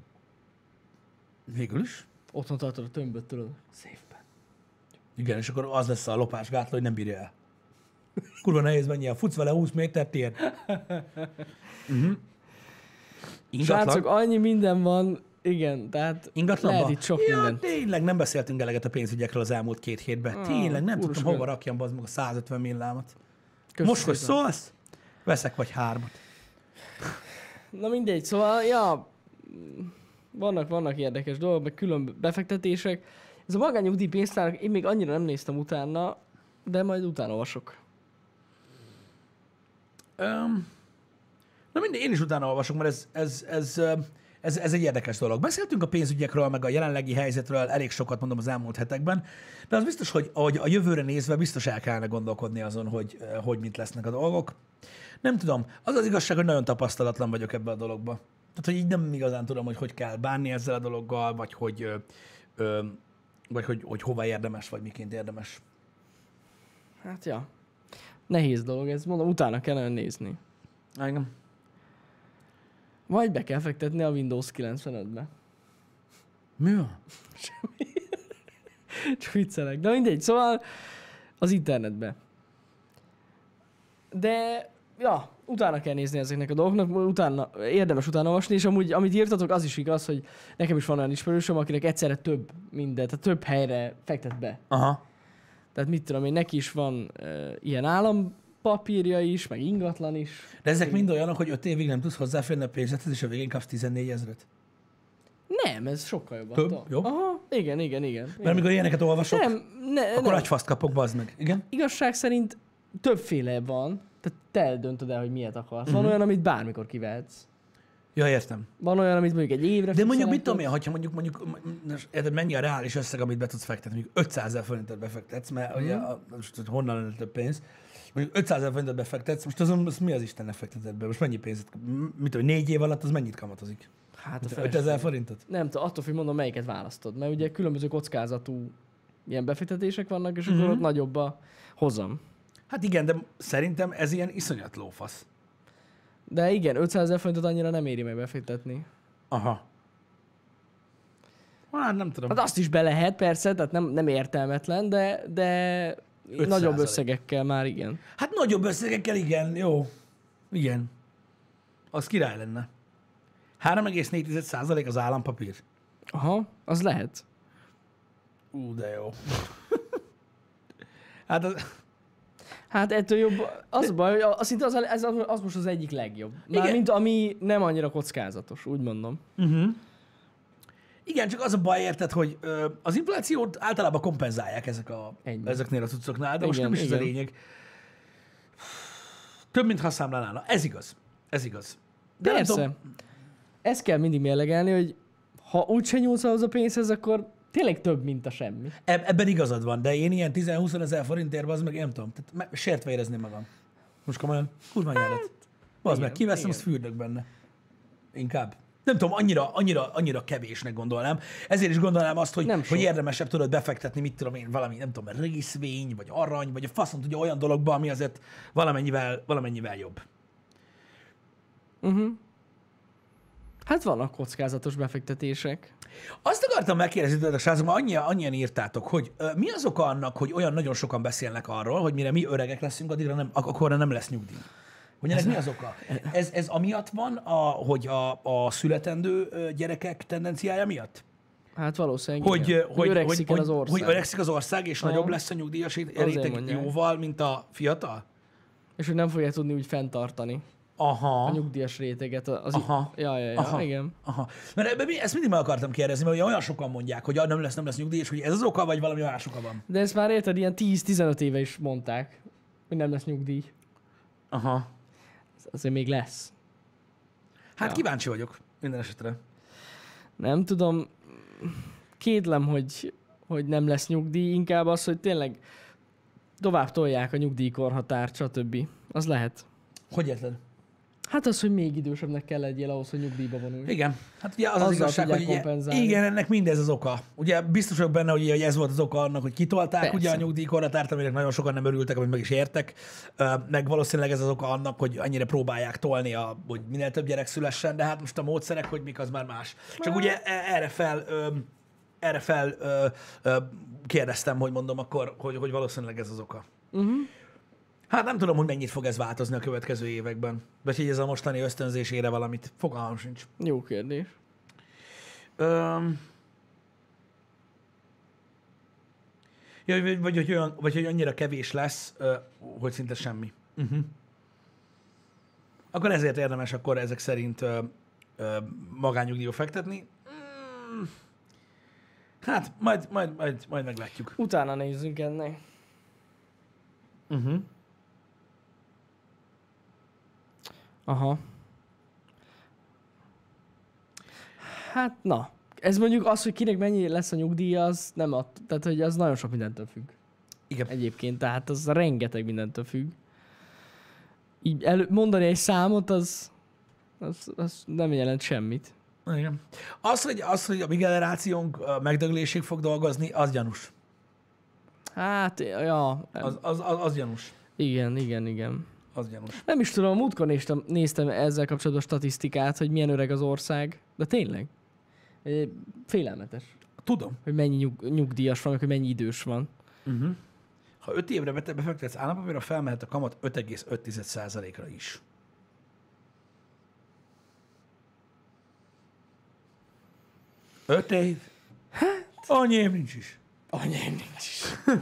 Végül is. Otthon tartod a tömböt, tudod. Széfben. Igen, és akkor az lesz a lopásgátló, hogy nem bírja el. Kurva nehéz menjél, futsz vele húsz métert ilyen. Uh-huh. Ingatlan? Srácok, annyi minden van, igen, tehát Ingatlanba? lehet itt sok ja, minden. tényleg nem beszéltünk eleget a pénzügyekről az elmúlt két hétben. Ah, Tényleg nem tudtam, úristen. hova rakjam bazd meg a százötven millámot. Köszönöm Most, hogy szépen. szólsz, veszek vagy hármat. Na mindegy, szóval, ja, vannak, vannak érdekes dolgok, meg külön befektetések. Ez a magányugdíj pénztárak, én még annyira nem néztem utána, de majd utána olvasok. Um, na mindegy, én is utána olvasok, mert ez, ez, ez, ö, ez, ez egy érdekes dolog. Beszéltünk a pénzügyekről, meg a jelenlegi helyzetről elég sokat mondom az elmúlt hetekben, de az biztos, hogy, hogy a jövőre nézve biztos el kellene gondolkodni azon, hogy, ö, hogy mit lesznek a dolgok. Nem tudom, az az igazság, hogy nagyon tapasztalatlan vagyok ebben a dologba. Tehát, hogy így nem igazán tudom, hogy hogy kell bánni ezzel a dologgal, vagy hogy, ö, ö, vagy hogy, hogy hova érdemes, vagy miként érdemes. Hát ja, nehéz dolog ez, mondom, utána kellene nézni. Engem. Vagy be kell fektetni a Windows kilencvenötbe. Mi van? Csak viccelek. De mindegy, szóval az internetbe. De, ja, utána kell nézni ezeknek a dolgoknak, utána, érdemes utána olvasni, és amúgy, amit írtatok, az is igaz, hogy nekem is van olyan ismerősöm, akinek egyszerre több mindent, tehát több helyre fektet be. Aha. Tehát mit tudom én, neki is van uh, ilyen állampapírja is, meg ingatlan is. De ezek mind olyanok, hogy öt évig nem tudsz hozzáférni a pénzedhez, és a végén kapsz tizennégy ezret. Nem, ez sokkal jobb. Több? attól. Jobb? Aha, igen, igen, igen. Mert igen. amikor ilyeneket olvasok, Nem, ne, akkor nem. agyfaszt kapok, bazd meg. Igen? Igazság szerint többféle van, tehát te eldöntöd el, hogy miért akarsz. Van Mhm. olyan, amit bármikor kivehetsz. Ja, értem. Van olyan, amit mondjuk egy évre De mondjuk mit fixálhatod. tudom én, hogyha mondjuk, mondjuk most érted, mennyi a reális összeg, amit be tudsz fektetni, mondjuk ötszázezer forintot befektetsz, mert Mhm. ugye, a, most hogy honnan lenne több pénz, mondjuk ötszázezer forintot befektetsz, most azon az mi az Istennek fektetett be? Most mennyi pénzet, mit tudom, négy év alatt az mennyit kamatozik? Hát a ötezer feleség. forintot? Nem tudom, attól függ, mondom, melyiket választod. Mert ugye különböző kockázatú ilyen befektetések vannak, és Mhm. akkor ott nagyobb a hozam. Hát igen, de szerintem ez ilyen iszonyat lófasz. De igen, ötszázezer forintot annyira nem éri meg befektetni. Aha. Hát nem tudom. Hát azt is be lehet, persze, tehát nem, nem értelmetlen, de, de öt nagyobb százalék. összegekkel már igen. Hát nagyobb összegekkel igen, jó. Igen. Az király lenne. három egész négy százalék az állampapír. Aha, az lehet. Ú, de jó. Hát az... Hát ettől jobb, az a baj, hogy az, szinte az, az, az most az egyik legjobb. Mármint ami nem annyira kockázatos, úgy mondom. Uh-huh. Igen, csak az a baj, érted, hogy ö, az inflációt általában kompenzálják ezek a, Ennyi. ezeknél a cuccoknál, de most Igen, nem is ez a igen. lényeg. Több, mint ha számlálnána. Ez igaz. Ez igaz. De nem Persze. tudom, Ezt kell mindig mérlegelni, hogy ha úgyse nyúlsz ahhoz a pénzhez, akkor tényleg több, mint a semmi. eb- ebben igazad van, de én ilyen tíz-húsz ezer forintért, az meg nem tudom, tehát me- sértve érezném magam. Most komolyan, kurva nyárat. Bazd meg, igen, kiveszem, igen. azt fürdök benne. Inkább. Nem tudom, annyira, annyira, annyira kevésnek gondolnám. Ezért is gondolnám azt, hogy, Nem hogy sok. érdemesebb tudod befektetni, mit tudom én, valami, nem tudom, részvény, vagy arany, vagy a faszom tudja olyan dologba, ami azért valamennyivel, valamennyivel jobb. Uh-huh. Hát vannak kockázatos befektetések. Azt akartam megkérdezni tőletek, srácok, mert annyian, annyian írtátok, hogy uh, mi az oka annak, hogy olyan nagyon sokan beszélnek arról, hogy mire mi öregek leszünk, addigra nem, ak- akkorra nem lesz nyugdíj. Hogy ennek mi az oka? Ez, ez amiatt van, a, hogy a, a születendő ö, gyerekek tendenciája miatt? Hát valószínűleg Hogy, igen. hogy, hogy, öregszik hogy, el az ország. hogy öregszik az ország, és Aha. nagyobb lesz a nyugdíjas Azért réteg mondják. jóval, mint a fiatal? És hogy nem fogják tudni úgy fenntartani a Aha. nyugdíjas réteget. Az Aha. Ja, ja, ja, Aha. igen. Aha. Mert ebben mi- ezt mindig meg akartam kérdezni, mert ugye olyan sokan mondják, hogy ah, nem lesz, nem lesz nyugdíj, és hogy ez az oka, vagy valami más oka van. De ezt már érted, ilyen tíz-tizenöt éve is mondták, hogy nem lesz nyugdíj. Aha. Ez azért még lesz. Hát Ja. kíváncsi vagyok minden esetre. Nem tudom, kétlem, hogy, hogy nem lesz nyugdíj, inkább az, hogy tényleg tovább tolják a nyugdíjkorhatárt, stb. Az lehet. Hogy érted? Hát az, hogy még idősebbnek kell legyél ahhoz, hogy nyugdíjba vonulj. Igen. Hát ugye az az Azzal igazság, tudják hogy ugye, kompenzálni. igen, ennek mindez az oka. Ugye biztos vagyok benne, hogy hogy ez volt az oka annak, hogy kitolták Persze. ugye a nyugdíjkorhatárt, aminek nagyon sokan nem örültek, amit meg is értek. Ö, Meg valószínűleg ez az oka annak, hogy annyira próbálják tolni, a, hogy minél több gyerek szülessen, de hát most a módszerek, hogy mik, az már más. Csak ugye e- erre fel, ö, erre fel ö, ö, kérdeztem, hogy mondom akkor, hogy, hogy valószínűleg ez az oka. Uh-huh. Hát nem tudom, hogy mennyit fog ez változni a következő években. Vagy hogy ez a mostani ösztönzésére valamit. Fogalmam sincs. Jó kérdés. Öm... Ja, vagy, vagy, hogy olyan, vagy hogy annyira kevés lesz, ö, hogy szinte semmi. Uh-huh. Akkor ezért érdemes akkor ezek szerint ö, ö, magánnyugdíjba fektetni. Mm. Hát, majd, majd, majd, majd meglátjuk. Utána nézzünk ennek. Uh-huh. Aha. Hát na, ez mondjuk az, hogy kinek mennyi lesz a nyugdíja, az nem ad, tehát hogy az nagyon sok mindentől függ. Igen. Egyébként, tehát az rengeteg mindentől függ. Így elő, mondani egy számot, az, az, az nem jelent semmit. Igen. Az, hogy, az, hogy a mi generációnk ö, megdöglésig fog dolgozni, az gyanús. Hát, ja, Az, az, az, az gyanús. igen, igen, igen. Az gyanús. Nem is tudom, múltkor néztem, néztem ezzel kapcsolatos statisztikát, hogy milyen öreg az ország, de tényleg. Eh, Félelmetes, Tudom. hogy mennyi nyug, nyugdíjas van, meg hogy mennyi idős van. Uh-huh. Ha öt évre bete- befektetsz állampapírra, felmehet a kamat öt egész öt százalékra is. öt év? Hát... Annyi év nincs is. Anyám nincs is.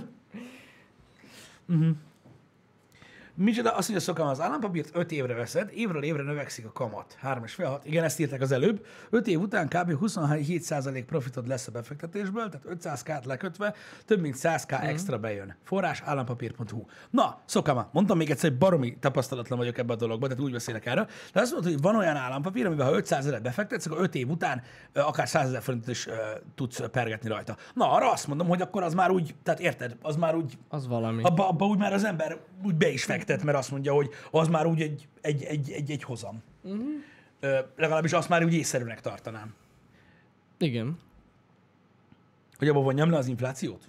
Micsoda, azt mondja, szokam, az állampapírt öt évre veszed, évről évre növekszik a kamat. három egész öt hat. Igen, ezt írták az előbb. öt év után kb. huszonhét százalék profitod lesz a befektetésből, tehát ötszáz k-t lekötve, több mint száz k extra bejön. Forrás állampapír pont hu. Na, szokama, mondtam még egyszer, hogy baromi tapasztalatlan vagyok ebben a dologban, tehát úgy beszélek erről. De azt mondod, hogy van olyan állampapír, amiben ha ötszázezret befektetsz, akkor öt év után ö, akár százezer forintot is ö, tudsz pergetni rajta. Na, arra azt mondom, hogy akkor az már úgy, tehát érted, az már úgy Az valami. Abba, abba úgy már az ember úgy be is fektet, mert azt mondja, hogy az már úgy egy, egy, egy, egy, egy hozam. Uh-huh. Ö, legalábbis azt már úgy észszerűnek tartanám. Igen. Hogy abba vonjam le az inflációt?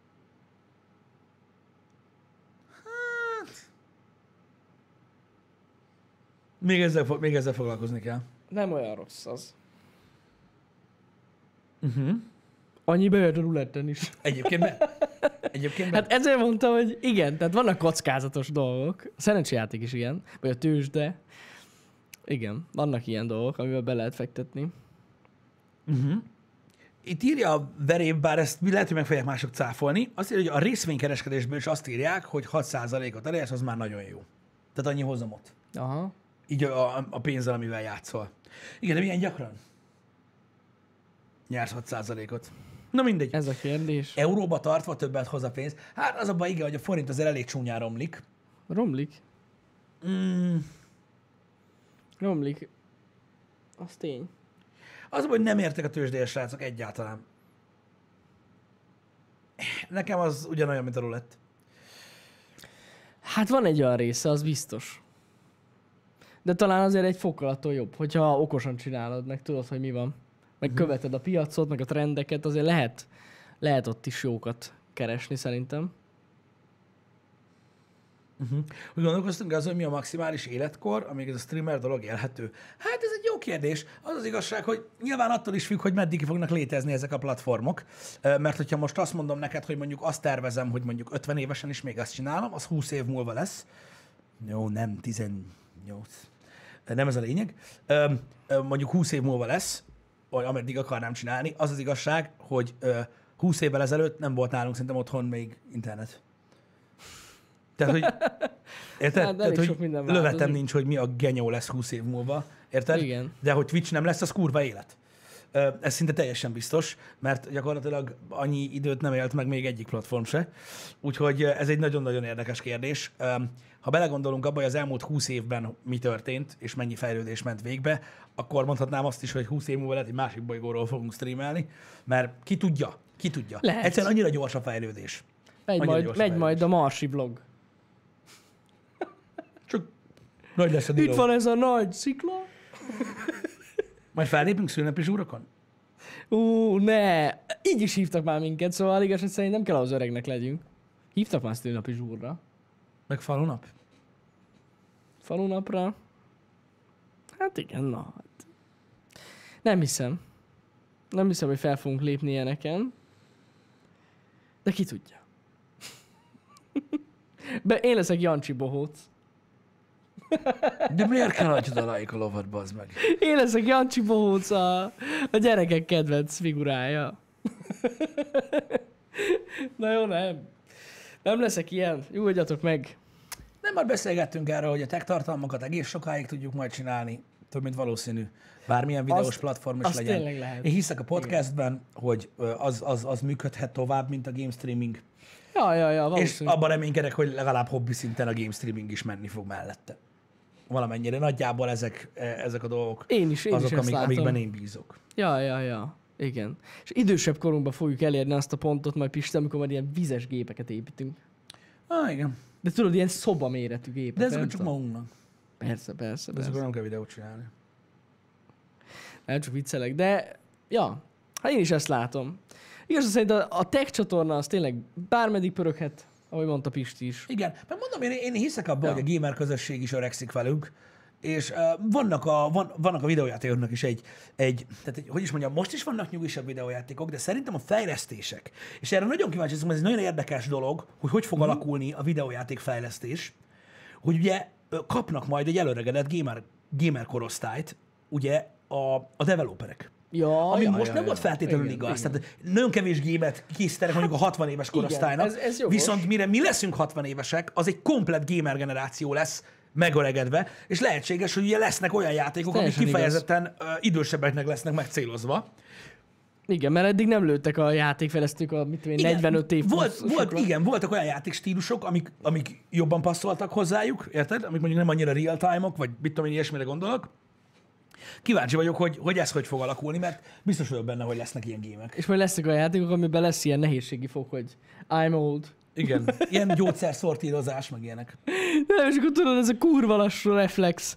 Hát... Még ezzel, fo- még ezzel foglalkozni kell. Nem olyan rossz az. Uh-huh. Annyi bejött a ruletten is. Egyébként be. Egyébként be. Hát ezért mondtam, hogy igen, tehát vannak kockázatos dolgok. A szerencsejáték is ilyen, vagy a tőzsde. Igen, vannak ilyen dolgok, amivel be lehet fektetni. Uh-huh. Itt írja a veréb, bár ezt lehet, hogy meg fogják mások cáfolni, azt írja, hogy a részvénykereskedésből is azt írják, hogy hat százalékot elérsz, az már nagyon jó. Tehát annyi hozamot. Aha. Így a, a, a pénzzel, amivel játszol. Igen, de milyen gyakran? Nyersz hat százalékot. Na mindegy. Ez a kérdés. Euróba tartva többet hoz a pénz. Hát az a baj, igen, hogy a forint azért elég csúnyán romlik. Romlik. Mm, Romlik. Az tény. az a baj, hogy nem értek a tőzsdélyes srácok egyáltalán. Nekem az ugyanolyan, mint a rulett. Hát van egy olyan része, az biztos. De talán azért egy fokkal attól jobb, hogyha okosan csinálod, meg tudod, hogy mi van. Meg uh-huh. követed a piacot, meg a trendeket, azért lehet, lehet ott is jókat keresni szerintem. Uh-huh. Úgy gondolkoztunk azon, hogy mi a maximális életkor, amíg ez a streamer dolog élhető. Hát ez egy jó kérdés. Az az igazság, hogy nyilván attól is függ, hogy meddig fognak létezni ezek a platformok. Mert hogyha most azt mondom neked, hogy mondjuk azt tervezem, hogy mondjuk ötven évesen is még ezt csinálom, az húsz év múlva lesz. Jó, nem tizennyolc. Nem ez a lényeg. Mondjuk húsz év múlva lesz, vagy ameddig akarnám csinálni. Az az igazság, hogy húsz évvel ezelőtt nem volt nálunk szerintem otthon még internet. Tehát, hogy, érted? Hát, Tehát, hogy lövetem változik. nincs, hogy mi a genyó lesz húsz év múlva, érted? Igen. De hogy Twitch nem lesz, az kurva élet. Ö, Ez szinte teljesen biztos, mert gyakorlatilag annyi időt nem élt meg még egyik platform se. Úgyhogy ez egy nagyon-nagyon érdekes kérdés. Ö, Ha belegondolunk abba, hogy az elmúlt húsz évben mi történt, és mennyi fejlődés ment végbe, akkor mondhatnám azt is, hogy húsz év múlva lehet egy másik bolygóról fogunk streamelni, mert ki tudja, ki tudja. Lehet. Egyszerűen annyira gyors a fejlődés. Megy, Annyira majd, gyors a megy fejlődés. majd a Marsi vlog. Csak nagy lesz a diló. Itt van ez a nagy szikla. Majd fellépünk szülnapi zsúrokon? Ú, ne! Így is hívtak már minket, szóval igaz, hogy szerintem nem kell az öregnek legyünk. Hívtak már szülnapi zsúrra. Meg falunap? Falunapra. Hát igen, na. Hát. Nem hiszem. Nem hiszem, hogy fel fogunk lépni ilyeneken. De ki tudja. Be, én leszek Jancsi Bohóc. De miért kell adjad a like a lovat, bazd meg? Én leszek Jancsi Bohóc, a, a gyerekek kedvenc figurája. Na jó, nem. Nem leszek ilyen. Nyugodjatok meg. Nem, már beszélgettünk erről, hogy a tech tartalmakat egész sokáig tudjuk majd csinálni, több mint valószínű. Bármilyen videós Azt- platform is azt legyen. tényleg lehet. Én hiszek a podcastben, hogy ö, az, az, az működhet tovább, mint a game streaming. Ja, ja, ja, És valószínű. abban reménykedek, hogy legalább hobbi szinten a game streaming is menni fog mellette. Valamennyire. Nagyjából ezek, e, ezek a dolgok Én is, én azok, is ezt amik, látom. amikben én bízok. Ja, ja, ja. Igen. És idősebb korunkban fogjuk elérni azt a pontot majd Pista, amikor majd ilyen vizes gépeket építünk. Ah, igen. De tudod, ilyen szoba méretű gépek. De ezek nem csak tudom. magunknak. Persze, persze, De persze. ezekről nem kell videót csinálni. Nem csak viccelek, de ja, hát én is ezt látom. Igaz, szerint a, a tech csatorna az tényleg bármeddig pöröghet, ahogy mondta Pisti is. Igen, mert mondom, én, én hiszek abban, Ja. hogy a gamer közösség is öregszik velünk, és uh, vannak, a, van, vannak a videójátékoknak is egy, egy, tehát egy, hogy is mondjam, most is vannak nyugisabb videójátékok, de szerintem a fejlesztések, és erre nagyon kíváncsi vagyok, ez egy nagyon érdekes dolog, hogy hogy fog uh-huh. alakulni a videójáték fejlesztés, hogy ugye ö, kapnak majd egy előregedett gamer, gamer korosztályt, ugye a, a developerek. Ja, Ami ja, most ja, nem ja. volt feltétlenül Igen, igaz. igen. Tehát nagyon kevés gémet készítenek mondjuk a hatvan éves korosztálynak. ez- ez jogos. Viszont mire mi leszünk hatvan évesek, az egy komplett gamer generáció lesz megöregedve, és lehetséges, hogy ugye lesznek olyan játékok, amik Teljesen kifejezetten ö, idősebbeknek lesznek megcélozva. Igen, mert eddig nem lőttek a játékfejlesztők a mit tudom én, negyvenöt év volt, pluszosokra. volt, igen, voltak olyan játékstílusok, amik, amik jobban passzoltak hozzájuk, érted? Amik mondjuk nem annyira real time-ok, vagy mit tudom én, ilyesmire gondolok. Kíváncsi vagyok, hogy, hogy ez hogy fog alakulni, mert biztos vagyok benne, hogy lesznek ilyen gémek. És majd lesznek olyan játékok, amiben lesz ilyen nehézségi fok, hogy I'm old. Igen, ilyen gyógyszerszortírozás, meg ilyenek. Nem, és akkor tudod, ez a kurva lassú reflex.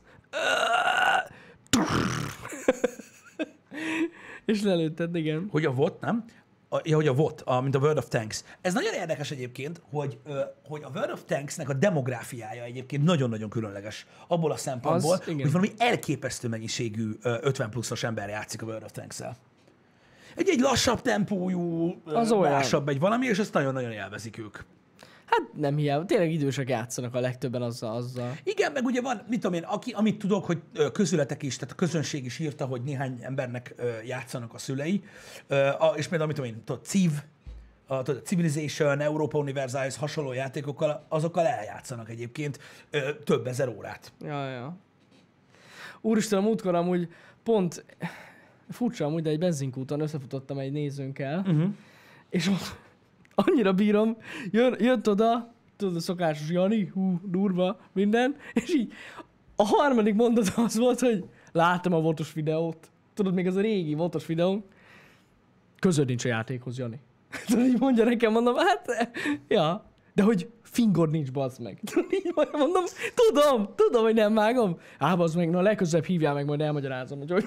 És lelőtted, igen. Hogy a vot, nem? A, ja, hogy a vot, a, mint a World of Tanks. Ez nagyon érdekes egyébként, hogy, ö, hogy a World of Tanksnek a demográfiája egyébként nagyon-nagyon különleges. Abból a szempontból, Az, igen. hogy valami elképesztő mennyiségű ö, ötven pluszos ember játszik a World of Tanks-el. Egy, egy lassabb tempójú, Az ö, olyan. másabb egy valami, és ezt nagyon-nagyon élvezik ők. Hát nem hiába, tényleg idősek játszanak a legtöbben azzal. azzal. Igen, meg ugye van, mit tudom én, aki, amit tudok, hogy ö, közületek is, tehát a közönség is írta, hogy néhány embernek ö, játszanak a szülei, ö, a, és például, mit tudom én, tudod, Civ, a, tudod, Civilization, Europa Universalis hasonló játékokkal, azokkal eljátszanak egyébként ö, több ezer órát. Ja, ja. Úristen, a múltkor amúgy pont, furcsa amúgy, de egy benzinkúton összefutottam egy nézőnkkel, uh-huh. és ott annyira bírom, jön, jött oda, tudod, a szokásos Jani, hú, durva, minden, és így a harmadik mondat az volt, hogy láttam a votos videót. Tudod, még az a régi votos videó. Közöd nincs a játékhoz, Jani. Tudod, így mondja nekem, mondom, hát, ja, de hogy fingod nincs, bazd meg. Tudod, így mondom, tudom, tudom, hogy nem vágom. Á, bazd meg, na legközelebb hívjál meg, majd elmagyarázom, hogy hogy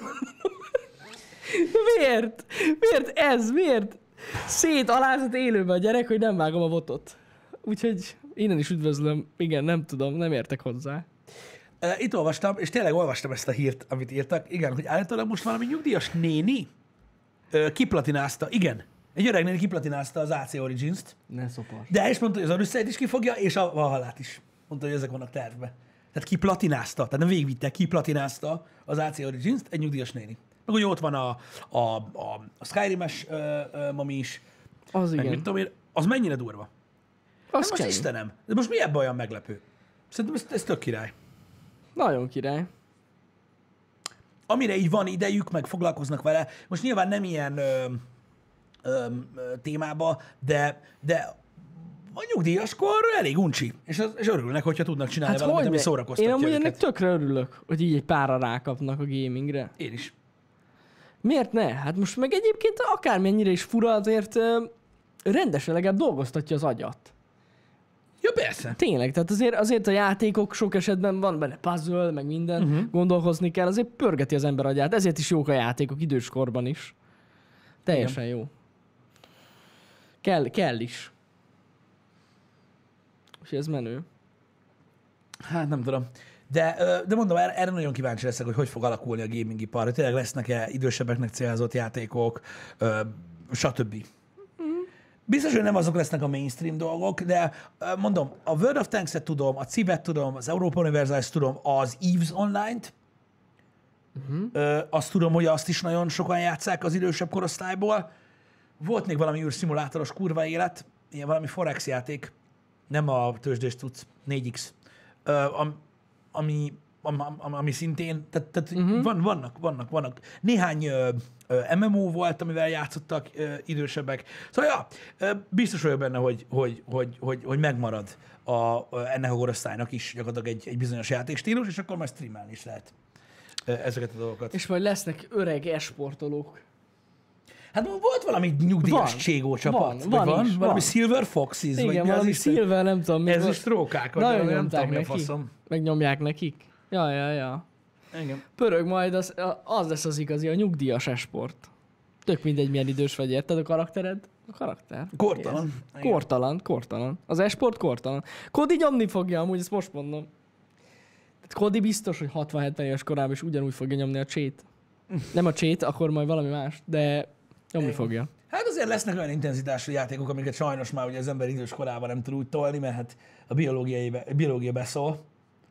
Miért? Miért ez? Miért? Szét alázott élőben a gyerek, hogy nem vágom a votot. Úgyhogy innen is üdvözlöm. Igen, nem tudom, nem értek hozzá. Uh, itt olvastam, és tényleg olvastam ezt a hírt, amit írtak. Igen, hogy állítólag most valami nyugdíjas néni uh, kiplatinázta, igen, egy öreg néni kiplatinázta az á cé Origins-t, Ne szopas. de és mondta, hogy az Odyssey-t is kifogja, és a Valhallát is. Mondta, hogy ezek vannak tervbe. Tehát kiplatinázta, tehát nem végigvitte, kiplatinázta az á cé Origins-t egy nyugdíjas néni. Meg ugye ott van a, a, a, a Skyrim-es uh, uh, mami is, Az meg igen. mit tudom én, az mennyire durva. Az Hát most kemény. Istenem, de most mi ebben olyan meglepő? Szerintem ez, ez tök király. Nagyon király. Amire így van idejük, meg foglalkoznak vele, most nyilván nem ilyen ö, ö, ö, témába, de, de a nyugdíjaskor elég uncsi, és, az, és örülnek, hogyha tudnak csinálni Hát valamit, hogy ami ne? szórakoztatja Én amúgy őket. ennek tökre örülök, hogy így egy pára rákapnak a gamingre. Én is. Miért ne? Hát most meg egyébként akármennyire is fura, azért ö, rendesen legalább dolgoztatja az agyat. Ja, persze. Tényleg, tehát azért, azért a játékok sok esetben van benne puzzle, meg minden, Mhm. uh-huh. gondolkozni kell, azért pörgeti az ember agyát, ezért is jók a játékok időskorban is. Teljesen jó. Kell, kell is. És ez menő. Hát nem tudom. De, ö, de mondom, erre, erre nagyon kíváncsi leszek, hogy hogy fog alakulni a gaming ipar, hogy tényleg lesznek-e idősebbeknek célzott játékok, ö, stb. Biztos, hogy nem azok lesznek a mainstream dolgok, de ö, mondom, a World of Tanks-et tudom, a Cibet tudom, az Europa Universalis tudom, az Eves Online-t, uh-huh. ö, azt tudom, hogy azt is nagyon sokan játsszák az idősebb korosztályból. Volt még valami űrszimulátoros kurva élet, ilyen valami Forex játék, nem a tőzsdés tudsz, négy iksz, ö, am, ami, am, am, ami szintén, tehát, tehát uh-huh. van, vannak, vannak, vannak. Néhány ö, ö, em em o volt, amivel játszottak ö, idősebbek. Szóval ja, ö, biztos vagyok benne, hogy, hogy, hogy, hogy, hogy megmarad a, a, ennek a korosztálynak is gyakorlatilag egy, egy bizonyos játékstílus, és akkor majd streamelni is lehet ö, ezeket a dolgokat. És majd lesznek öreg esportolók. Hát volt valami nyugdíjas Van. cségó csapat, Van, vagy van van? is, Valami van. Silver Foxes, vagy Igen, mi az valami Isten? Silver, nem tudom. mi Ez volt. is trókák, vagy Nagyon nem nyomták tudom, mi a neki. faszom. Megnyomják nekik. Ja, ja, ja. Igen. Pörög majd, az, az lesz az igazi, a nyugdíjas esport. Tök mindegy, milyen idős vagy, érted a karaktered? A karakter. Kortalan. Igen. Kortalan, kortalan. Az esport kortalan. Kodi nyomni fogja, amúgy ezt most mondom. Tehát Kodi biztos, hogy hatvan-hetven éves korában is ugyanúgy fogja nyomni a csét. Nem a csét, akkor majd valami más, de nyomni Igen. fogja. Hát azért lesznek olyan intenzitású játékok, amiket sajnos már ugye az ember idős korában nem tud úgy tolni, mert hát a biológiai, be- a biológia beszól.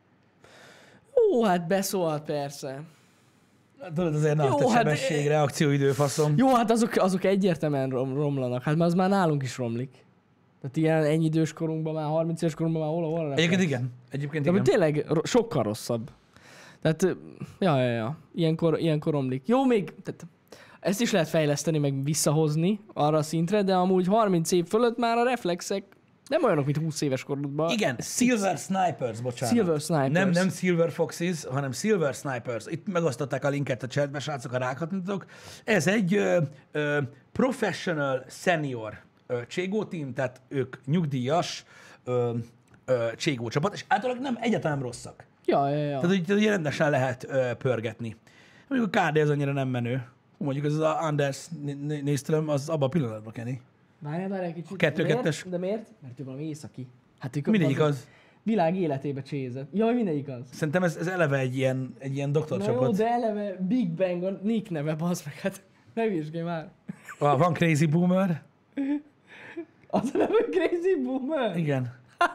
Ó, hát beszólhat persze. Tudod, azért nagy Jó, hát- sebesség, reakcióidő, faszom. Jó, hát azok, azok egyértelműen rom, romlanak. Hát már az már nálunk is romlik. Tehát ilyen ennyi idős korunkban már, harminc éves korunkban már hol hol hol Egyébként igen. Egyébként De igen. tényleg ro- sokkal rosszabb. Tehát, ja, ja, ja. Ilyenkor, ilyenkor romlik. Jó, még, tehát ezt is lehet fejleszteni, meg visszahozni arra a szintre, de amúgy harminc év fölött már a reflexek nem olyanok, mint húsz éves korodban. Igen, Silver Snipers, bocsánat. Silver Snipers. Nem, nem Silver Foxes, hanem Silver Snipers. Itt megosztották a linket a chatbe, srácok, ha rákattintotok. Ez egy ö, ö, professional senior ö, Cségó team, tehát ők nyugdíjas ö, ö, Cségó csapat, és általában nem egyáltalán nem rosszak. Ja, ja, ja. Tehát ugye, ugye rendesen lehet ö, pörgetni. Mondjuk a ká dé az annyira nem menő. Mondjuk ez az Anders Néztülöm, az abban a pillanatban, Kenny. Várjál, várjál egy kicsit. Kettő Miért? kettes. De miért? Mert ő valami északi. Hát ők Mindegyik az. Világ életébe csézett. Jaj, mindegyik az. Szerintem ez, ez eleve egy ilyen, egy ilyen Na jó, doktorcsapat. de eleve Big Bang a Nick neve, bazd meg, hát ne vizsgálj már. Ah, van Crazy Boomer. Az a neve Crazy Boomer? Igen.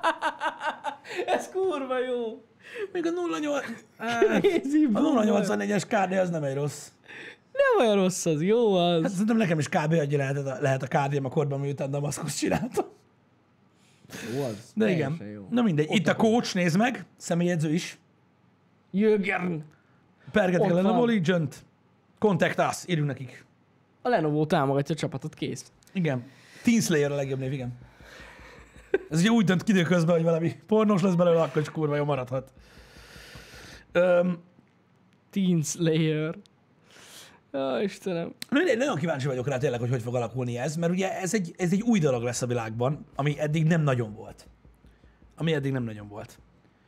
Ez kurva jó. Még a nulla nyolc... Crazy A Boomer. nulla nyolcvannégyes ká dé az nem egy rossz. Nem olyan rossz az, jó az. Hát szerintem nekem is kb. Annyi lehet, a- lehet a ká dém a korban, miután Damaszkusz csináltam. Jó az. De Teljesen igen. Jó. Na mindegy. Ott Itt a coach, nézd meg. Személyedző is. Jögern. Pergetik a Ott Lenovo van. Legion-t. Contact us. Írjunk nekik. A Lenovo támogatja a csapatot, kész. Igen. Teen Slayer a legjobb név, igen. Ez ugye úgy dönt ki időközben, hogy valami pornós lesz belőle, akkor is kurva jó maradhat. Öm, Teen Slayer. Ja, Istenem. Na, mindegy, nagyon kíváncsi vagyok rá tényleg, hogy hogy fog alakulni ez, mert ugye ez egy, ez egy új dolog lesz a világban, ami eddig nem nagyon volt. Ami eddig nem nagyon volt.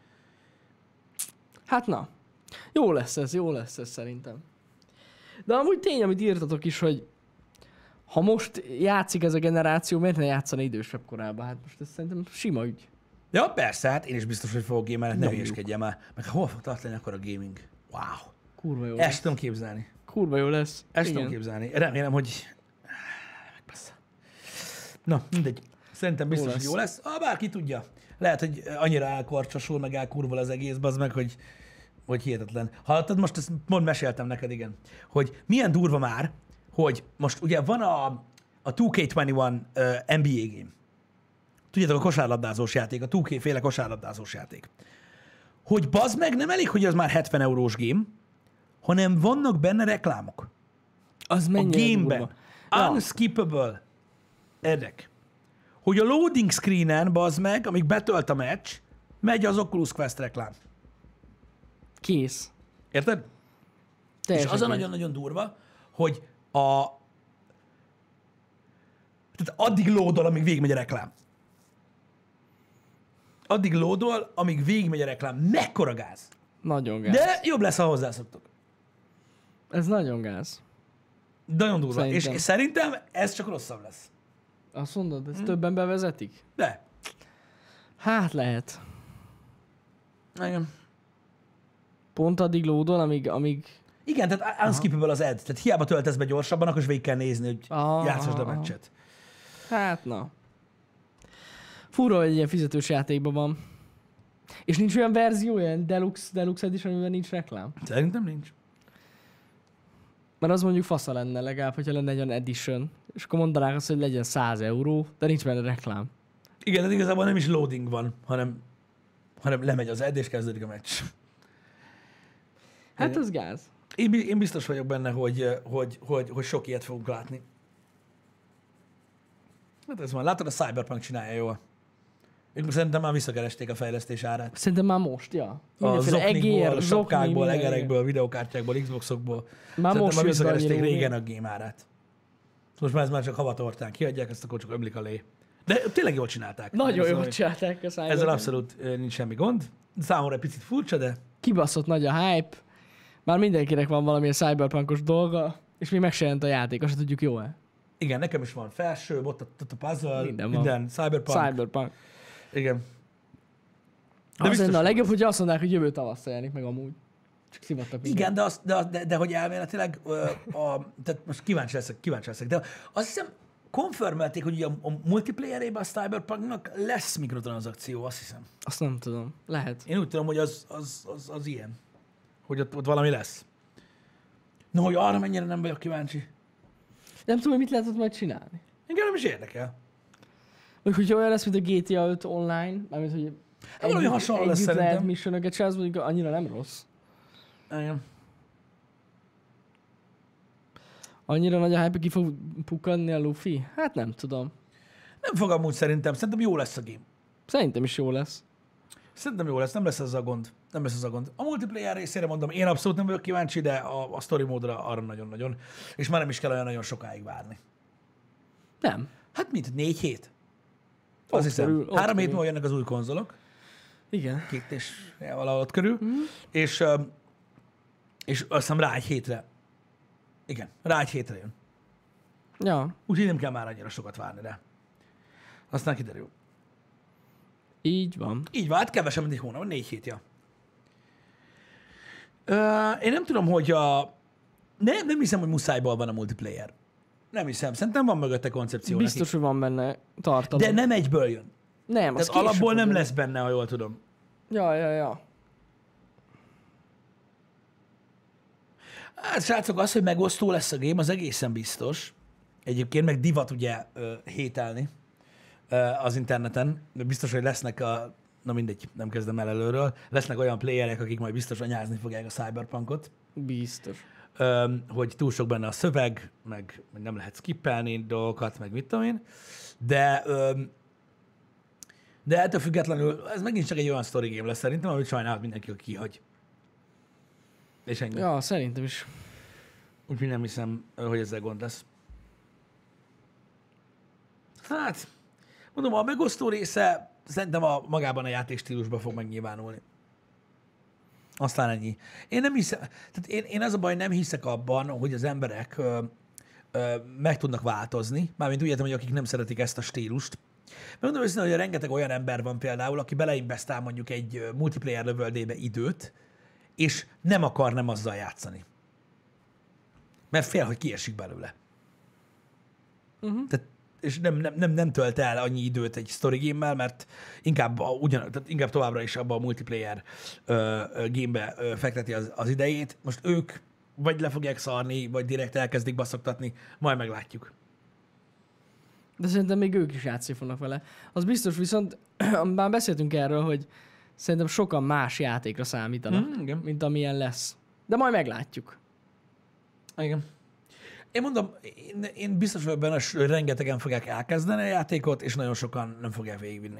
Hát na. Jó lesz ez, jó lesz ez szerintem. De amúgy tény, amit írtatok is, hogy ha most játszik ez a generáció, miért ne játszana idősebb korában? Hát most ez szerintem sima ügy. Ja, persze, hát én is biztos, hogy fogok gamelni, ne Nyomjuk. hülyeskedjem már. Meg hol fog tartani akkor a gaming? Wow. Kurva jó Ezt lesz. tudom képzelni. Kurva jó lesz. Ezt Igen. tudom képzelni. Remélem, hogy... Megbassza. Na, mindegy. Szerintem biztos, Jó hogy lesz. jó lesz. Ah, bárki tudja. Lehet, hogy annyira elkarcsosul, meg elkurvol az egész, bazd meg, hogy, hogy hihetetlen. Hallottad, most ezt mond meséltem neked, igen, hogy milyen durva már, hogy most ugye van a, a two K twenty-one uh, N B A game. Tudjátok, a kosárlabdázós játék, a two K féle kosárlabdázós játék. Hogy bazd meg, nem elég, hogy az már hetven eurós game, hanem vannak benne reklámok. Az A mennyire gameben. durva. Ja. Unskippable. Edek. Hogy a loading screenen, bazd meg, amíg betölt a meccs, megy az Oculus Quest reklám. Kész. Érted? Teljesen És az a kész. nagyon-nagyon durva, hogy a... Tehát addig loadol, amíg végigmegy a reklám. Addig loadol, amíg végigmegy a reklám. Mekkora gáz. Nagyon gáz. De jobb lesz, ha hozzászoktok. Ez nagyon gáz. Nagyon durva. Szerintem. És, és szerintem ez csak rosszabb lesz. Azt mondod, Hm? ezt többen bevezetik? De. Hát lehet. Igen. Pont addig lódol, amíg, amíg... Igen, tehát unskippable az ad. Tehát hiába töltesz be gyorsabban, akkor is végig kell nézni, hogy Aha, játszasd a aha. meccset. Hát na. Fura, hogy egy ilyen fizetős játékban van. És nincs olyan verzió, olyan Deluxe, Deluxe Edition, amiben nincs reklám? Szerintem nincs. Mert az mondjuk fasza lenne legalább, hogyha lenne egy olyan Edition. És akkor mondanák azt, hogy legyen száz euró, de nincs benne reklám. Igen, de igazából nem is loading van, hanem, hanem lemegy az ad, és kezdődik a meccs. Hát Igen. az gáz. Én, bi- én biztos vagyok benne, hogy, hogy, hogy, hogy sok ilyet fogunk látni. Hát ez van. Látod, a Cyberpunk csinálja jól. Ők szerintem már visszakeresték a fejlesztés árát. Szerintem már most, ja. A Mindenféle zoknikból, egér, a zokni, sapkákból, minden, egerekből, videokártyákból, Xboxokból. Már Szerintem most már jött be visszakeresték annyira régen új. a game árát. Most már ez már csak havatortán kiadják, ezt akkor csak ömlik a lé. De tényleg jól csinálták. Nagyon Ezzel- jól csinálták a Cyberpunk. Ezzel abszolút ö, nincs semmi gond. Számomra egy picit furcsa, de Kibaszott nagy a hype. Már mindenkinek van valamilyen cyberpunkos dolga, és még meg se jelent a játék, azt se tudjuk jó-e. igen, nekem is van felső, ott a, ott a puzzle, Minden minden, van. minden cyberpunk. Cyberpunk. Igen. De az biztos lenne a jó legjobb, lesz. hogy azt mondják, hogy jövő tavasszal jelenik meg amúgy. Csak szivattak mindent. Igen, de, az, de, de, de, hogy elméletileg, ö, a, tehát most kíváncsi leszek, kíváncsi leszek, de azt hiszem, konfirmálték, hogy ugye a, a multiplayerében a Cyberpunknak lesz mikrotranszakció, azt hiszem. Azt nem tudom. Lehet. Én úgy tudom, hogy az, az, az, az ilyen. Hogy ott, ott valami lesz. No, hogy arra mennyire nem vagyok kíváncsi. Nem tudom, hogy mit lehet ott majd csinálni. Engem nem is érdekel. Vagy hogyha olyan lesz, mint a G T A öt online, mármint, hogy Hát valami hasonló lesz együtt lehet szerintem. missionöket csinálni, az mondjuk annyira nem rossz. Igen. Annyira nagy a hype, ki fog pukkadni a Luffy? Hát nem tudom. Nem fog amúgy szerintem, szerintem jó lesz a game. Szerintem is jó lesz. Szerintem jó lesz, nem lesz ez a gond. Nem lesz ez a gond. A multiplayer részére mondom, én abszolút nem vagyok kíváncsi, de a, a story módra arra nagyon-nagyon. És már nem is kell olyan nagyon sokáig várni. Nem. Hát mint négy hét? Ott Az hiszem. körül, ott Három hét körül. múlva jönnek az új konzolok. Igen. Két és valahol ott körül. Mhm. És, ö, és azt hiszem rá egy hétre. Igen, rá egy hétre jön. Ja, Úgyhogy nem kell már annyira sokat várni rá. Aztán kiderül. így van. Így van, hát kevesebb, mint egy hónap, négy hétja. Ö, én nem tudom, hogy a... Nem, nem hiszem, hogy muszájból van a multiplayer. Nem hiszem. Szerintem van mögötte koncepció Biztos, neki. hogy van benne tartalom. De nem egyből jön. nem, az Tehát alapból később nem fog lesz benne, ha jól tudom. jönni. Ja, ja, ja. Hát srácok, az, hogy megosztó lesz a game, az egészen biztos. Egyébként meg divat ugye ö, hételni ö, az interneten. De biztos, hogy lesznek a... Na mindegy, nem kezdem el előről. Lesznek olyan playerek, akik majd biztos anyázni fogják a Cyberpunkot. Biztos. Ö, hogy túl sok benne a szöveg, meg, meg nem lehet skippelni dolgokat, meg mit tudom én. De, ö, de ettől függetlenül ez megint csak egy olyan story game lesz szerintem, amit sajnálhat mindenki, aki kihagy. És ennyi. Ja, szerintem is. Úgyhogy nem hiszem, hogy ezzel gond lesz. Hát, mondom, a megosztó része szerintem a, magában a játékstílusban fog megnyilvánulni. Aztán ennyi. Én nem hiszem, tehát én, én az a baj, nem hiszek abban, hogy az emberek ö, ö, meg tudnak változni, mármint úgy értem, hogy akik nem szeretik ezt a stílust, Megmondom őszintén, hogy rengeteg olyan ember van például, aki beleinvestál mondjuk egy ö, multiplayer lövöldébe időt, és nem akar nem azzal játszani. Mert fél, hogy kiesik belőle. Uh-huh. Tehát, és nem, nem, nem, nem tölt el annyi időt egy story game-mel, mert inkább, a, ugyan, tehát inkább továbbra is abba a multiplayer ö, ö, game-be ö, fekteti az, az idejét. Most ők vagy le fogják szarni, vagy direkt elkezdik baszoktatni, majd meglátjuk. De szerintem még ők is játszani fognak vele. Az biztos viszont, már beszéltünk erről, hogy szerintem sokan más játékra számítanak, Mm, igen. mint amilyen lesz. De majd meglátjuk. Igen. Én mondom, én, én biztos vagyok benne, hogy rengetegen fogják elkezdeni a játékot, és nagyon sokan nem fogják végigvinni.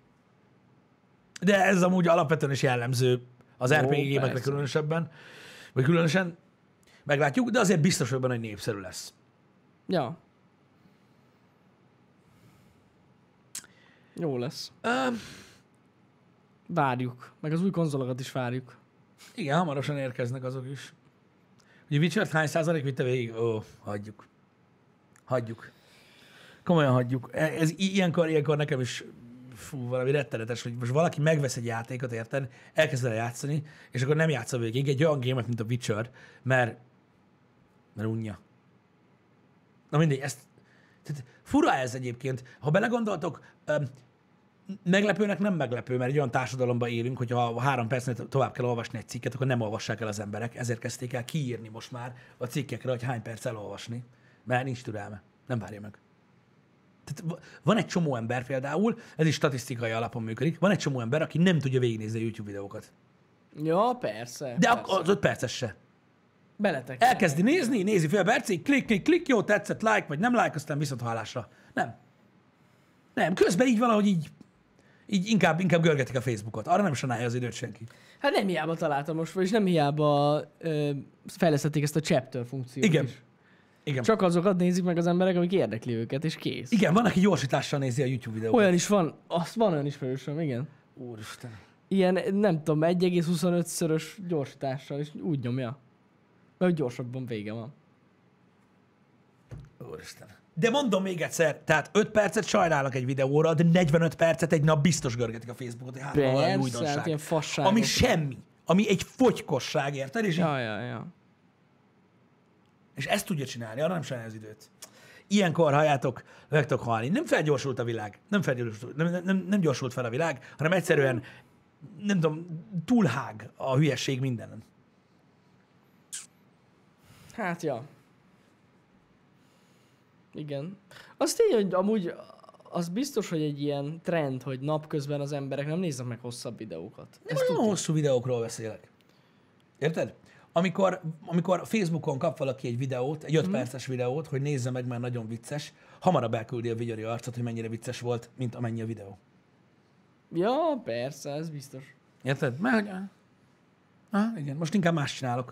De ez amúgy alapvetően is jellemző az Ó, er pé gé gémekre persze. különösebben, vagy különösen meglátjuk, de azért biztos vagyok benne, hogy népszerű lesz. Ja. Jó lesz. Uh, Várjuk. Meg az új konzolokat is várjuk. igen, hamarosan érkeznek azok is. Ugye Witcher hány százalék vitte végig? Ó, hagyjuk. Hagyjuk. Komolyan hagyjuk. E- Ez i- ilyenkor, ilyenkor nekem is fú, valami rettenetes, hogy most valaki megvesz egy játékot, érted? Elkezd el játszani, és akkor nem játszol végig egy olyan gémet, mint a Witcher, mert, mert unja. Na mindegy, ezt, tehát fura ez egyébként. Ha belegondoltok, öm, meglepőnek nem meglepő, mert egy olyan társadalomban élünk, hogy ha három percnél tovább kell olvasni egy cikket, akkor nem olvassák el az emberek. Ezért kezdték el kiírni most már a cikkekre, hogy hány perc elolvasni, mert nincs türelme. Nem várja meg. Tehát v- van egy csomó ember például, ez is statisztikai alapon működik, van egy csomó ember, aki nem tudja végignézni a YouTube videókat. Ja, persze. De persze. ak- az öt perces se. Beletek. Elkezdi nézni, nézi fél percig, klik, klik, klik, jó, tetszett, like, vagy nem like, aztán viszont hallásra. Nem. Nem, közben így valahogy így, így inkább, inkább görgetik a Facebookot. Arra nem sanálja az időt senki. Hát nem hiába találtam most, vagyis nem hiába ö, fejlesztették ezt a chapter funkciót Igen. is. Igen. Csak azokat nézik meg az emberek, amik érdekli őket, és kész. Igen, van, aki gyorsítással nézi a YouTube videókat. Olyan is van, azt van olyan ismerősöm, igen. Úristen. Ilyen, nem tudom, egy egész huszonötszörös gyorsítással, és úgy nyomja. Mert hogy gyorsabban vége van. Úristen. De mondom még egyszer, tehát öt percet sajnálnak egy videóra, de negyvenöt percet egy nap biztos görgetik a Facebookot, hogy hát van valami Persze, újdonság. hát ilyen fasságok. Ami semmi. Ami egy fogykosság, érted? És, Ja, ja, ja. és ezt tudja csinálni, arra nem sajnálja az időt. Ilyenkor, halljátok, meg tudok halni. Nem felgyorsult a világ. Nem, felgyorsult, nem, nem, nem gyorsult fel a világ, hanem egyszerűen, nem tudom, túlhág a hülyesség mindenen. Hát, ja. Igen. Azt így, hogy amúgy az biztos, hogy egy ilyen trend, hogy napközben az emberek nem néznek meg hosszabb videókat. Nem Ezt olyan tudjuk. hosszú videókról beszélek. Érted? Amikor, amikor Facebookon kap valaki egy videót, egy öt perces videót, hogy nézze meg, mert nagyon vicces, hamarabb elküldi a vigyori arcot, hogy mennyire vicces volt, mint amennyi a videó. Ja, persze, ez biztos. Érted? Mert hogy... Ah, igen, most inkább más csinálok.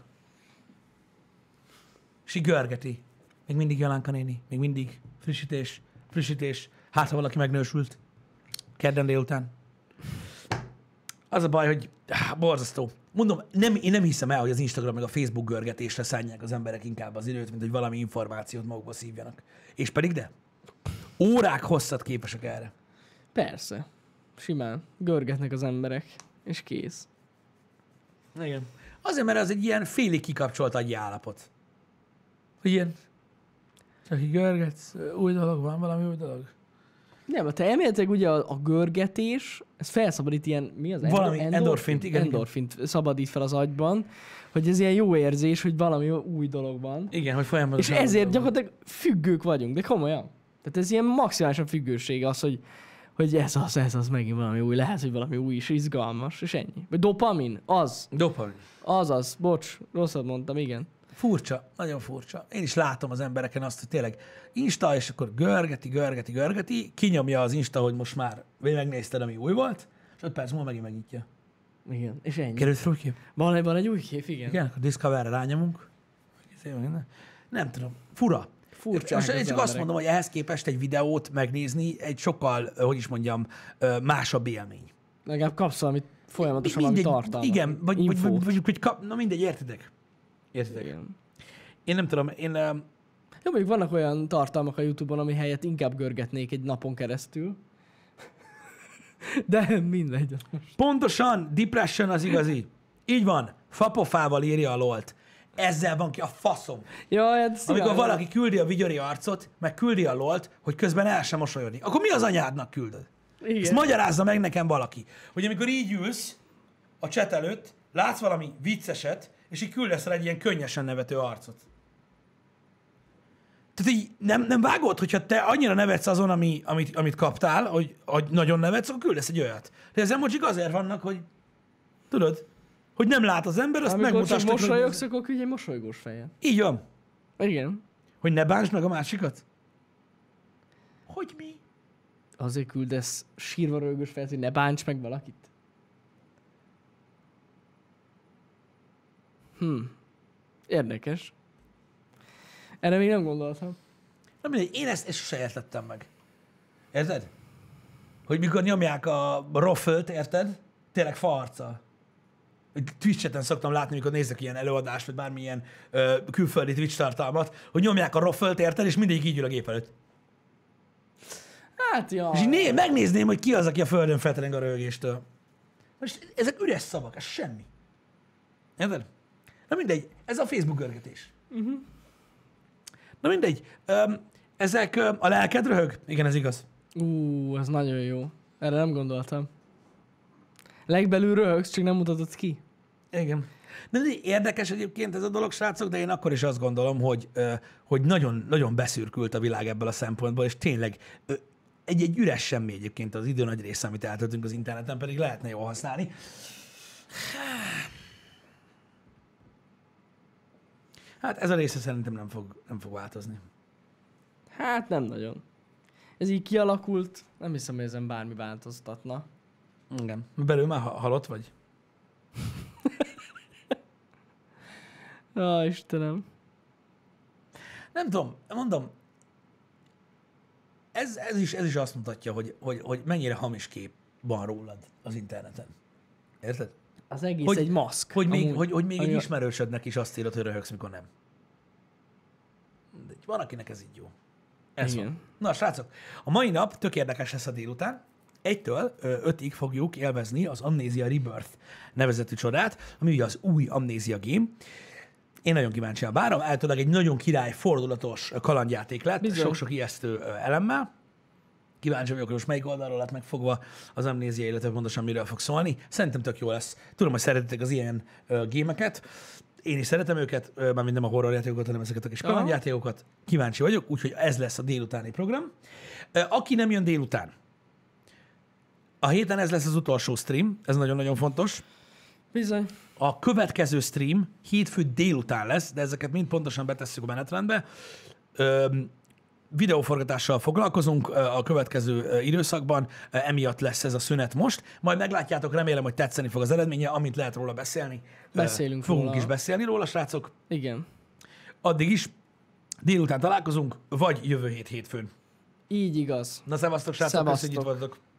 És így görgeti. Még mindig Jolánka néni, még mindig frissítés, frissítés. Hát, ha valaki megnősült. Kedden délután. Az a baj, hogy ah, borzasztó. Mondom, nem, én nem hiszem el, hogy az Instagram meg a Facebook görgetésre szánják az emberek inkább az időt, mint hogy valami információt magukba szívjanak. És pedig de. Órák hosszat képesek erre. Persze. Simán. Görgetnek az emberek. És kész. Igen. Azért, mert az egy ilyen félig kikapcsolt agyi állapot. Hogy ilyen, csak így görgetsz, új dolog van, valami új dolog. Nem, te elméletileg ugye a, a görgetés, ez felszabadít ilyen, mi az? Valami endorfint, igen, Endorfint szabadít fel az agyban, hogy ez ilyen jó érzés, hogy valami új dolog van. Igen, hogy folyamatosan... És ezért gyakorlatilag függők vagyunk, de komolyan. Tehát ez ilyen maximálisan függőség az, hogy, hogy ez az, ez az megint valami új, lehet, hogy valami új és izgalmas, és ennyi. Vagy dopamin, az, Dopamin. az az, bocs, rosszat mondtam, igen. Furcsa, nagyon furcsa. Én is látom az embereken azt, hogy tényleg Insta, és akkor görgeti, görgeti, görgeti, kinyomja az Insta, hogy most már megnézted, ami új volt, és öt perc múlva megint megnyitja. Igen, és ennyi. Került fel új kép? Van, egy- van egy új kép, igen. Igen, akkor Discover-re rányomunk. Nem tudom, fura. Furcsák Most én az csak azt emberek. mondom, hogy ehhez képest egy videót megnézni egy sokkal, hogy is mondjam, másabb élmény. Legalább kapsz valamit folyamatosan valami tartalmat. igen, vagy, vagy, infót. vagy, vagy, vagy kap, na mindegy, értitek? Értitek? Igen. Én nem tudom, én... Jó, mondjuk vannak olyan tartalmak a YouTube-on, ami helyett inkább görgetnék egy napon keresztül, De mindegy. Pontosan, depression az igazi. Így van, fapofával írja a lolt. Ezzel van ki a faszom. Jaj, hát szívem. Amikor valaki küldi a vigyori arcot, meg küldi a lolt, hogy közben el sem mosolyodni. Akkor mi az anyádnak küldöd? Igen. Ezt magyarázza meg nekem valaki. Hogy amikor így ülsz a chat előtt, látsz valami vicceset, és így küldesz rá egy ilyen könnyesen nevető arcot. Tehát így nem, nem vágod, hogyha te annyira nevetsz azon, ami, amit, amit kaptál, hogy, hogy nagyon nevetsz, akkor küldesz egy olyat. De az emojik azért vannak, hogy tudod, hogy nem lát az ember, azt Amikor megmutasd. csak mosolyogsz, akkor küldj egy mosolygós fejjel. Így van. Igen. Hogy ne bántsd meg a másikat? Hogy mi? Azért küldesz sírva rögös fejet, hogy ne bánts meg valakit. Hm. Érdekes. Erre még nem gondoltam. Nem mindegy, én ezt, ezt sose értettem meg. Érted? Hogy mikor nyomják a roffölt, érted? Tényleg fa arccal. Twitch-eten szoktam látni, mikor nézek ilyen előadást, vagy bármilyen ö, külföldi Twitch tartalmat, hogy nyomják a roffölt, érted? És mindig így ül a gép előtt. Hát, ja. És így né, megnézném, hogy ki az, aki a földön feltereng a röhögéstől. Most ezek üres szavak, ez semmi. Érted? Na mindegy, ez a Facebook görgetés. Uh-huh. Na mindegy, öm, ezek öm, a lelked röhög? Igen, ez igaz. Ú, ez nagyon jó. Erre nem gondoltam. Legbelül röhögsz, csak nem mutatod ki. Igen. De érdekes egyébként ez a dolog, srácok, de én akkor is azt gondolom, hogy, ö, hogy nagyon, nagyon beszürkült a világ ebből a szempontból, és tényleg ö, egy, egy üres semmi egyébként az idő nagy része, amit eltöltünk az interneten, pedig lehetne jól használni. Hát ez a része szerintem nem fog, nem fog változni. Hát nem nagyon. Ez így kialakult, nem hiszem, hogy ezen bármi változtatna. Igen. Belül már ha- halott vagy? Á, Istenem. Nem tudom, mondom, ez, ez, is, ez is azt mutatja, hogy, hogy, hogy mennyire hamis kép van rólad az interneten. Érted? Az egész Hogy- egy maszk. Hogy még, amúgy. hogy, hogy még egy Ami- ismerősödnek is azt írod, hogy röhögsz, mikor nem. De van, akinek ez így jó. Ez Igen. van. Na, srácok, a mai nap tök érdekes lesz a délután. Egytől ö, ötig fogjuk élvezni az Amnesia Rebirth nevezetű csodát, ami ugye az új Amnesia game. Én nagyon kíváncsian várom, általában egy nagyon király, fordulatos kalandjáték lett, Bizony. sok-sok ijesztő ö, elemmel. Kíváncsi vagyok, hogy most melyik oldalról lett megfogva az Amnézia, illetve pontosan miről fog szólni. Szerintem tök jó lesz. Tudom, hogy szeretitek az ilyen ö, gémeket. Én is szeretem őket, ö, mármint nem a horrorjátékokat, hanem ezeket a kis Aha. kalandjátékokat. Kíváncsi vagyok, úgyhogy ez lesz a délutáni program. Ö, aki nem jön délután, a héten ez lesz az utolsó stream, ez nagyon-nagyon fontos. Bizony. A következő stream hétfő délután lesz, de ezeket mind pontosan betesszük a menetrendbe. Öm, videóforgatással foglalkozunk ö, a következő ö, időszakban, ö, emiatt lesz ez a szünet most. Majd meglátjátok, remélem, hogy tetszeni fog az eredménye, amint lehet róla beszélni. Ö, Beszélünk Fogunk róla. is beszélni róla, srácok. Igen. Addig is délután találkozunk, vagy jövő hét hétfőn. Így igaz. Na, szevasztok, srácok, köszönjük, Szevasztok. hogy itt voltatok.